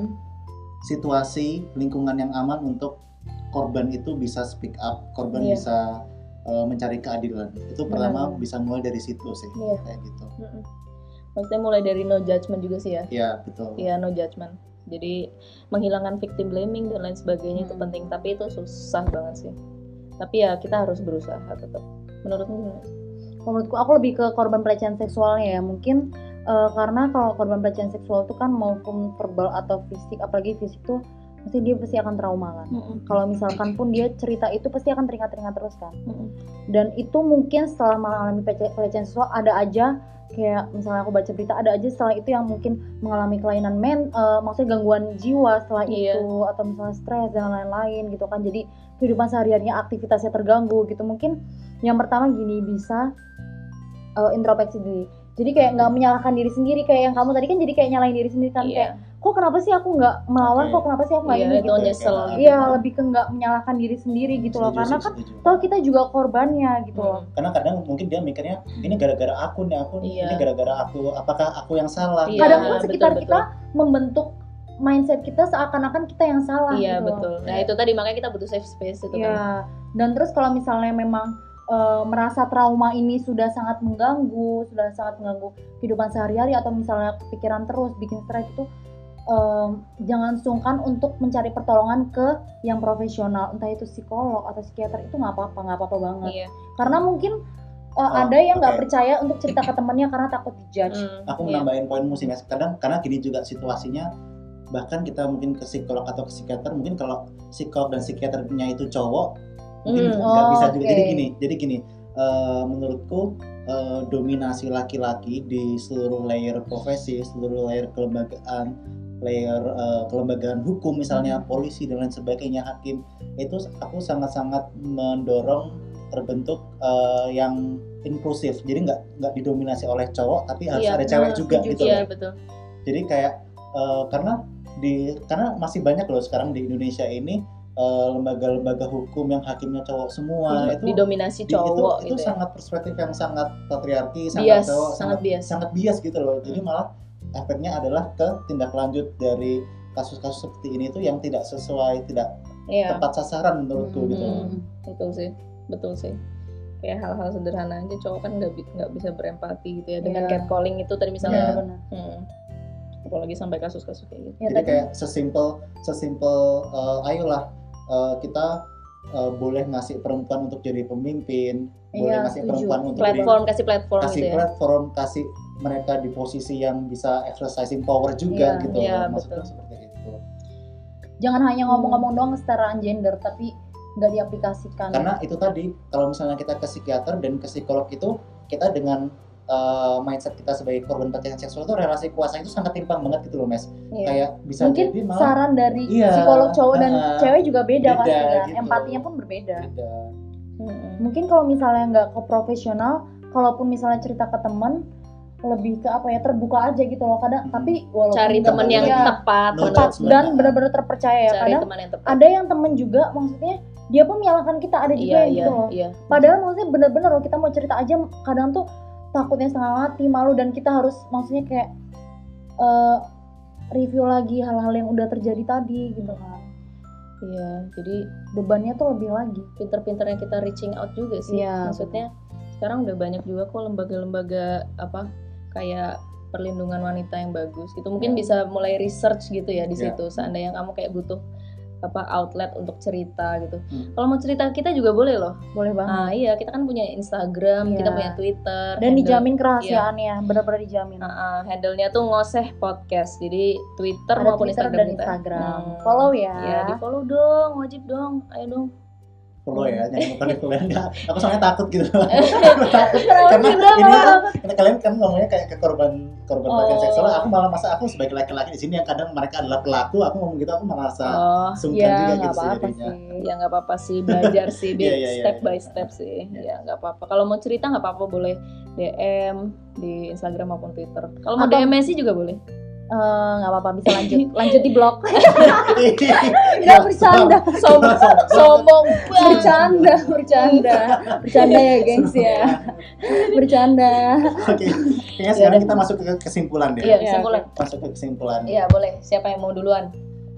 situasi lingkungan yang aman untuk korban itu bisa speak up, korban Iya. bisa mencari keadilan. Itu pertama bisa mulai dari situ sih, Iya. kayak gitu. maksudnya mulai dari no judgment juga sih ya. Iya, betul. Iya, no judgment. Jadi menghilangkan victim blaming dan lain sebagainya itu penting, tapi itu susah banget sih. Tapi ya kita harus berusaha tetap. Menurutmu gimana? Menurutku aku lebih ke korban pelecehan seksualnya ya. Mungkin karena kalau korban pelecehan seksual itu kan maupun verbal atau fisik, apalagi fisik tuh pasti dia pasti akan trauma kan. Kalau misalkan pun dia cerita itu pasti akan teringat-teringat terus kan. Dan itu mungkin setelah mengalami pelecehan seksual ada aja kayak misalnya aku baca berita, ada aja setelah itu yang mungkin mengalami kelainan maksudnya gangguan jiwa setelah Iya. itu, atau misalnya stres dan lain-lain gitu kan. Jadi kehidupan sehari-harinya aktivitasnya terganggu gitu. Mungkin yang pertama gini, bisa introspeksi diri. Jadi kayak nggak menyalahkan diri sendiri, kayak yang kamu tadi kan jadi kayak nyalahin diri sendiri kan. Iya. Kayak kok kenapa sih aku nggak melawan, Oke. kok kenapa sih aku nggak Iya, ini itu gitu. nyesel Kayak gitu. Iya, lebih ke nggak menyalahkan diri sendiri gitu loh, Setuju karena sih, kan setuju. toh kita juga korbannya gitu loh. Karena kadang mungkin dia mikirnya ini gara-gara aku nih, Iya. ini gara-gara aku, apakah aku yang salah? Iya, Kadang pun sekitar betul, kita membentuk mindset kita seakan-akan kita yang salah Iya, gitu loh. betul. Nah, itu tadi makanya kita butuh safe space itu kan. Iya. Dan terus kalau misalnya memang merasa trauma ini sudah sangat mengganggu kehidupan sehari-hari, atau misalnya kepikiran terus, bikin stres itu, jangan sungkan untuk mencari pertolongan ke yang profesional, entah itu psikolog atau psikiater. Itu nggak apa-apa banget. Iya. Karena mungkin ada yang nggak oke. percaya untuk cerita ke temannya karena takut dijudge. Aku Iya. menambahin poinmu sih, Mas. Kadang karena gini juga situasinya, bahkan kita mungkin ke psikolog atau ke psikiater, mungkin kalau psikolog dan psikiaternya itu cowok, mungkin nggak bisa juga. oke. Jadi gini, menurutku dominasi laki-laki di seluruh layer profesi, seluruh layer kelembagaan, kelembagaan hukum misalnya, polisi dan lain sebagainya, hakim, itu aku sangat-sangat mendorong terbentuk yang inklusif. Jadi nggak didominasi oleh cowok, tapi harus Iya, ada cewek juga setuju. gitu Iya, loh. betul. Jadi kayak karena masih banyak loh sekarang di Indonesia ini lembaga-lembaga hukum yang hakimnya cowok semua, itu didominasi itu cowok gitu ya. sangat perspektif yang sangat patriarki, Bias, cowok, sangat bias. sangat bias gitu loh. Jadi malah efeknya adalah ke tindak lanjut dari kasus-kasus seperti ini tuh yang tidak sesuai, tidak tepat sasaran menurutku gitu. Betul sih. Kayak hal-hal sederhana aja cowok kan nggak bisa berempati gitu ya dengan catcalling itu tadi misalnya. Apalagi sampai kasus-kasus kayak gitu. Jadi kayak sesimpel ayolah kita boleh ngasih perempuan untuk jadi pemimpin, boleh ngasih perempuan untuk kasih platform gitu ya. Kasih mereka di posisi yang bisa exercising power juga gitu. Maksudnya seperti itu. Jangan hanya ngomong-ngomong doang kesetaraan gender, tapi nggak diaplikasikan. Karena itu tadi, kalau misalnya kita ke psikiater dan ke psikolog itu, kita dengan mindset kita sebagai korban pelecehan seksual itu relasi kuasa itu sangat timpang banget gitu loh, Mes. Kayak bisa mungkin jadi malah saran dari psikolog cowok dan cewek juga beda pasti kan. Gitu. Empatinya pun berbeda. Mungkin kalau misalnya nggak ke profesional, kalaupun misalnya cerita ke teman, lebih ke terbuka aja gitu loh kadang. Tapi walaupun cari teman yang tepat dan benar-benar terpercaya ya. Kadang ada yang temen juga maksudnya dia pun menyalahkan kita, ada juga yang gitu loh. Padahal maksudnya benar-benar loh kita mau cerita aja kadang tuh takutnya setengah mati, malu, dan kita harus maksudnya kayak review lagi hal-hal yang udah terjadi tadi gitu kan. Iya, jadi bebannya tuh lebih lagi. Pinter-pinternya kita reaching out juga sih. Maksudnya sekarang udah banyak juga kok lembaga-lembaga kayak perlindungan wanita yang bagus gitu. Mungkin bisa mulai research gitu ya di situ. Seandainya kamu kayak butuh outlet untuk cerita gitu. Kalau mau cerita kita juga boleh loh. Boleh banget. Nah, iya, kita kan punya Instagram, kita punya Twitter. Dan dijamin kerahasiaannya, benar-benar dijamin. Handle-nya tuh ngoseh podcast. Jadi Twitter ada maupun Twitter Instagram dan kita. Follow ya. Ya, di-follow dong, wajib dong. Ayo dong. Follow ya, jangan lupa di follow. Aku soalnya takut gitu. Aku takut karena ini kan kalian kan ngomongnya kayak ke korban pelecehan seksual. Aku malah aku sebagai laki-laki di sini yang kadang mereka adalah pelaku, aku ngomong gitu aku merasa sungkan juga gitu sih jadinya. Ya nggak apa-apa sih, belajar sih, step by step sih. Ya nggak apa-apa. Kalau mau cerita nggak apa-apa, boleh DM di Instagram maupun Twitter. Kalau mau DM Messi juga boleh. Nggak apa-apa, bisa lanjut di blog. Nggak bercanda, sombong, bercanda ya gengs ya, bercanda. Oke, kayaknya sekarang kita masuk ke kesimpulan deh. Masuk ke kesimpulan. Iya boleh. Siapa yang mau duluan?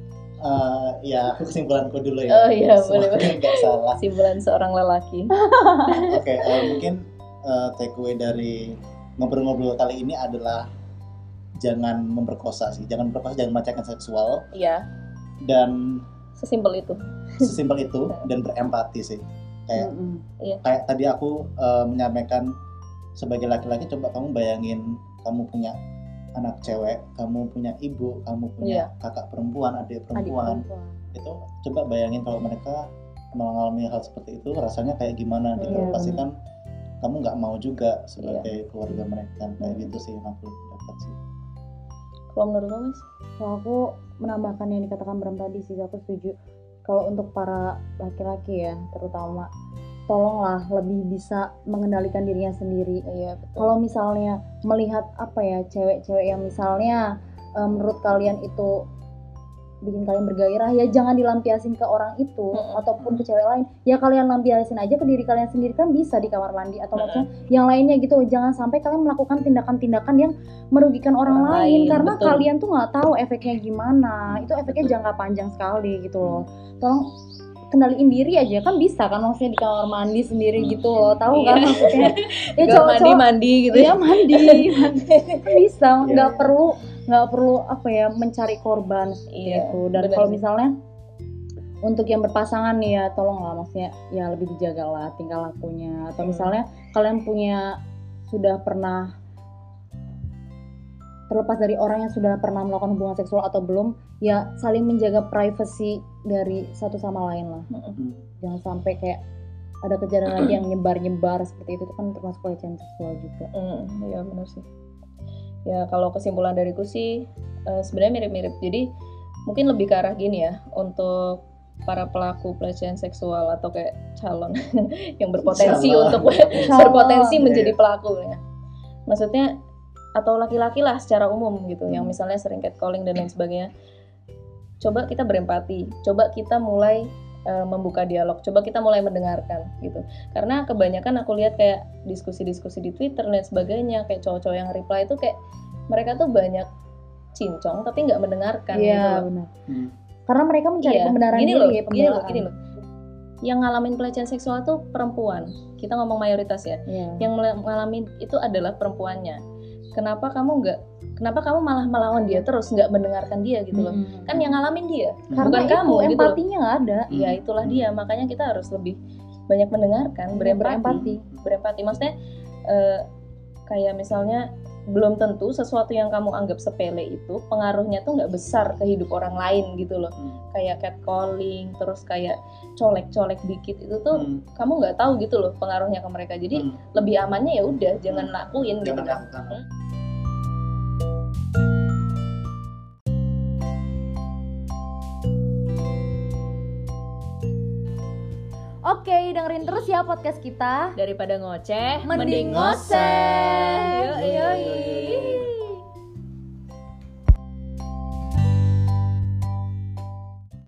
Ya aku kesimpulanku dulu ya. Oh iya boleh. Nggak salah. Kesimpulan seorang lelaki. Oke, mungkin takeaway dari ngobrol-ngobrol kali ini adalah jangan memperkosa, jangan melecehkan seksual. Iya. Dan sesimpel itu dan berempati sih. Kayak tadi aku menyampaikan sebagai laki-laki, coba kamu bayangin kamu punya anak cewek, kamu punya ibu, kamu punya kakak perempuan, adik perempuan. Itu coba bayangin kalau mereka mengalami hal seperti itu, rasanya kayak gimana gitu. Pasti kan kamu nggak mau juga sebagai keluarga mereka. Kayak gitu sih yang aku dapat sih. Kalau menurut lo, Mas? Kalau aku menambahkan yang dikatakan Bram tadi sih, aku setuju. Kalau untuk para laki-laki ya, terutama, tolonglah lebih bisa mengendalikan dirinya sendiri. Iya, betul. Kalau misalnya melihat cewek-cewek yang misalnya menurut kalian itu bikin kalian bergairah, ya jangan dilampiasin ke orang itu ataupun ke cewek lain. Ya kalian lampiasin aja ke diri kalian sendiri, kan bisa di kamar mandi atau maksudnya yang lainnya gitu. Jangan sampai kalian melakukan tindakan-tindakan yang merugikan orang lain karena kalian tuh nggak tahu efeknya gimana. Itu efeknya jangka panjang sekali gitu loh. Tolong kendaliin diri aja, kan bisa kan maksudnya di kamar mandi sendiri gitu loh. Tahu kan maksudnya? Ya cowok mandi gitu ya. Mandi. Kan bisa, nggak perlu mencari korban gitu. Dan kalau misalnya untuk yang berpasangan nih ya, tolonglah maksudnya ya lebih dijagalah tingkah lakunya. Atau misalnya kalian sudah pernah terlepas dari orang yang sudah pernah melakukan hubungan seksual atau belum, ya saling menjaga privasi dari satu sama lain lah. Jangan sampai kayak ada kejadian lagi yang nyebar seperti itu kan termasuk pelecehan seksual juga. Iya benar sih. Ya kalau kesimpulan dariku sih sebenarnya mirip-mirip. Jadi mungkin lebih ke arah gini ya, untuk para pelaku pelecehan seksual atau kayak calon yang berpotensi untuk berpotensi menjadi pelaku ya. Maksudnya atau laki-laki lah secara umum gitu, yang misalnya sering catcalling dan lain sebagainya. Coba kita berempati, coba kita mulai membuka dialog, coba kita mulai mendengarkan gitu. Karena kebanyakan aku lihat kayak diskusi-diskusi di Twitter dan sebagainya, kayak cowok-cowok yang reply itu kayak mereka tuh banyak cincong tapi nggak mendengarkan gitu Iya, loh. benar. Karena mereka mencari pembenaran Gini diri, loh, pembelaan. gini loh. Yang ngalamin pelecehan seksual tuh perempuan. Kita ngomong mayoritas ya. Iya. Yang ngalamin itu adalah perempuannya. Kenapa kamu malah melawan dia terus, nggak mendengarkan dia gitu loh? Kan yang ngalamin dia, Karena bukan itu kamu gitu loh. empatinya nggak ada. Ya itulah dia, makanya kita harus lebih banyak mendengarkan, berempati. Maksudnya kayak misalnya belum tentu sesuatu yang kamu anggap sepele itu pengaruhnya tuh nggak besar ke hidup orang lain gitu loh. Kayak catcalling, terus kayak colek-colek dikit itu tuh kamu nggak tahu gitu loh pengaruhnya ke mereka. Jadi lebih amannya ya udah jangan lakuin gitu kan. Oke, dengerin terus ya podcast kita. Daripada ngoceh, Mending ngoseh. Yoi.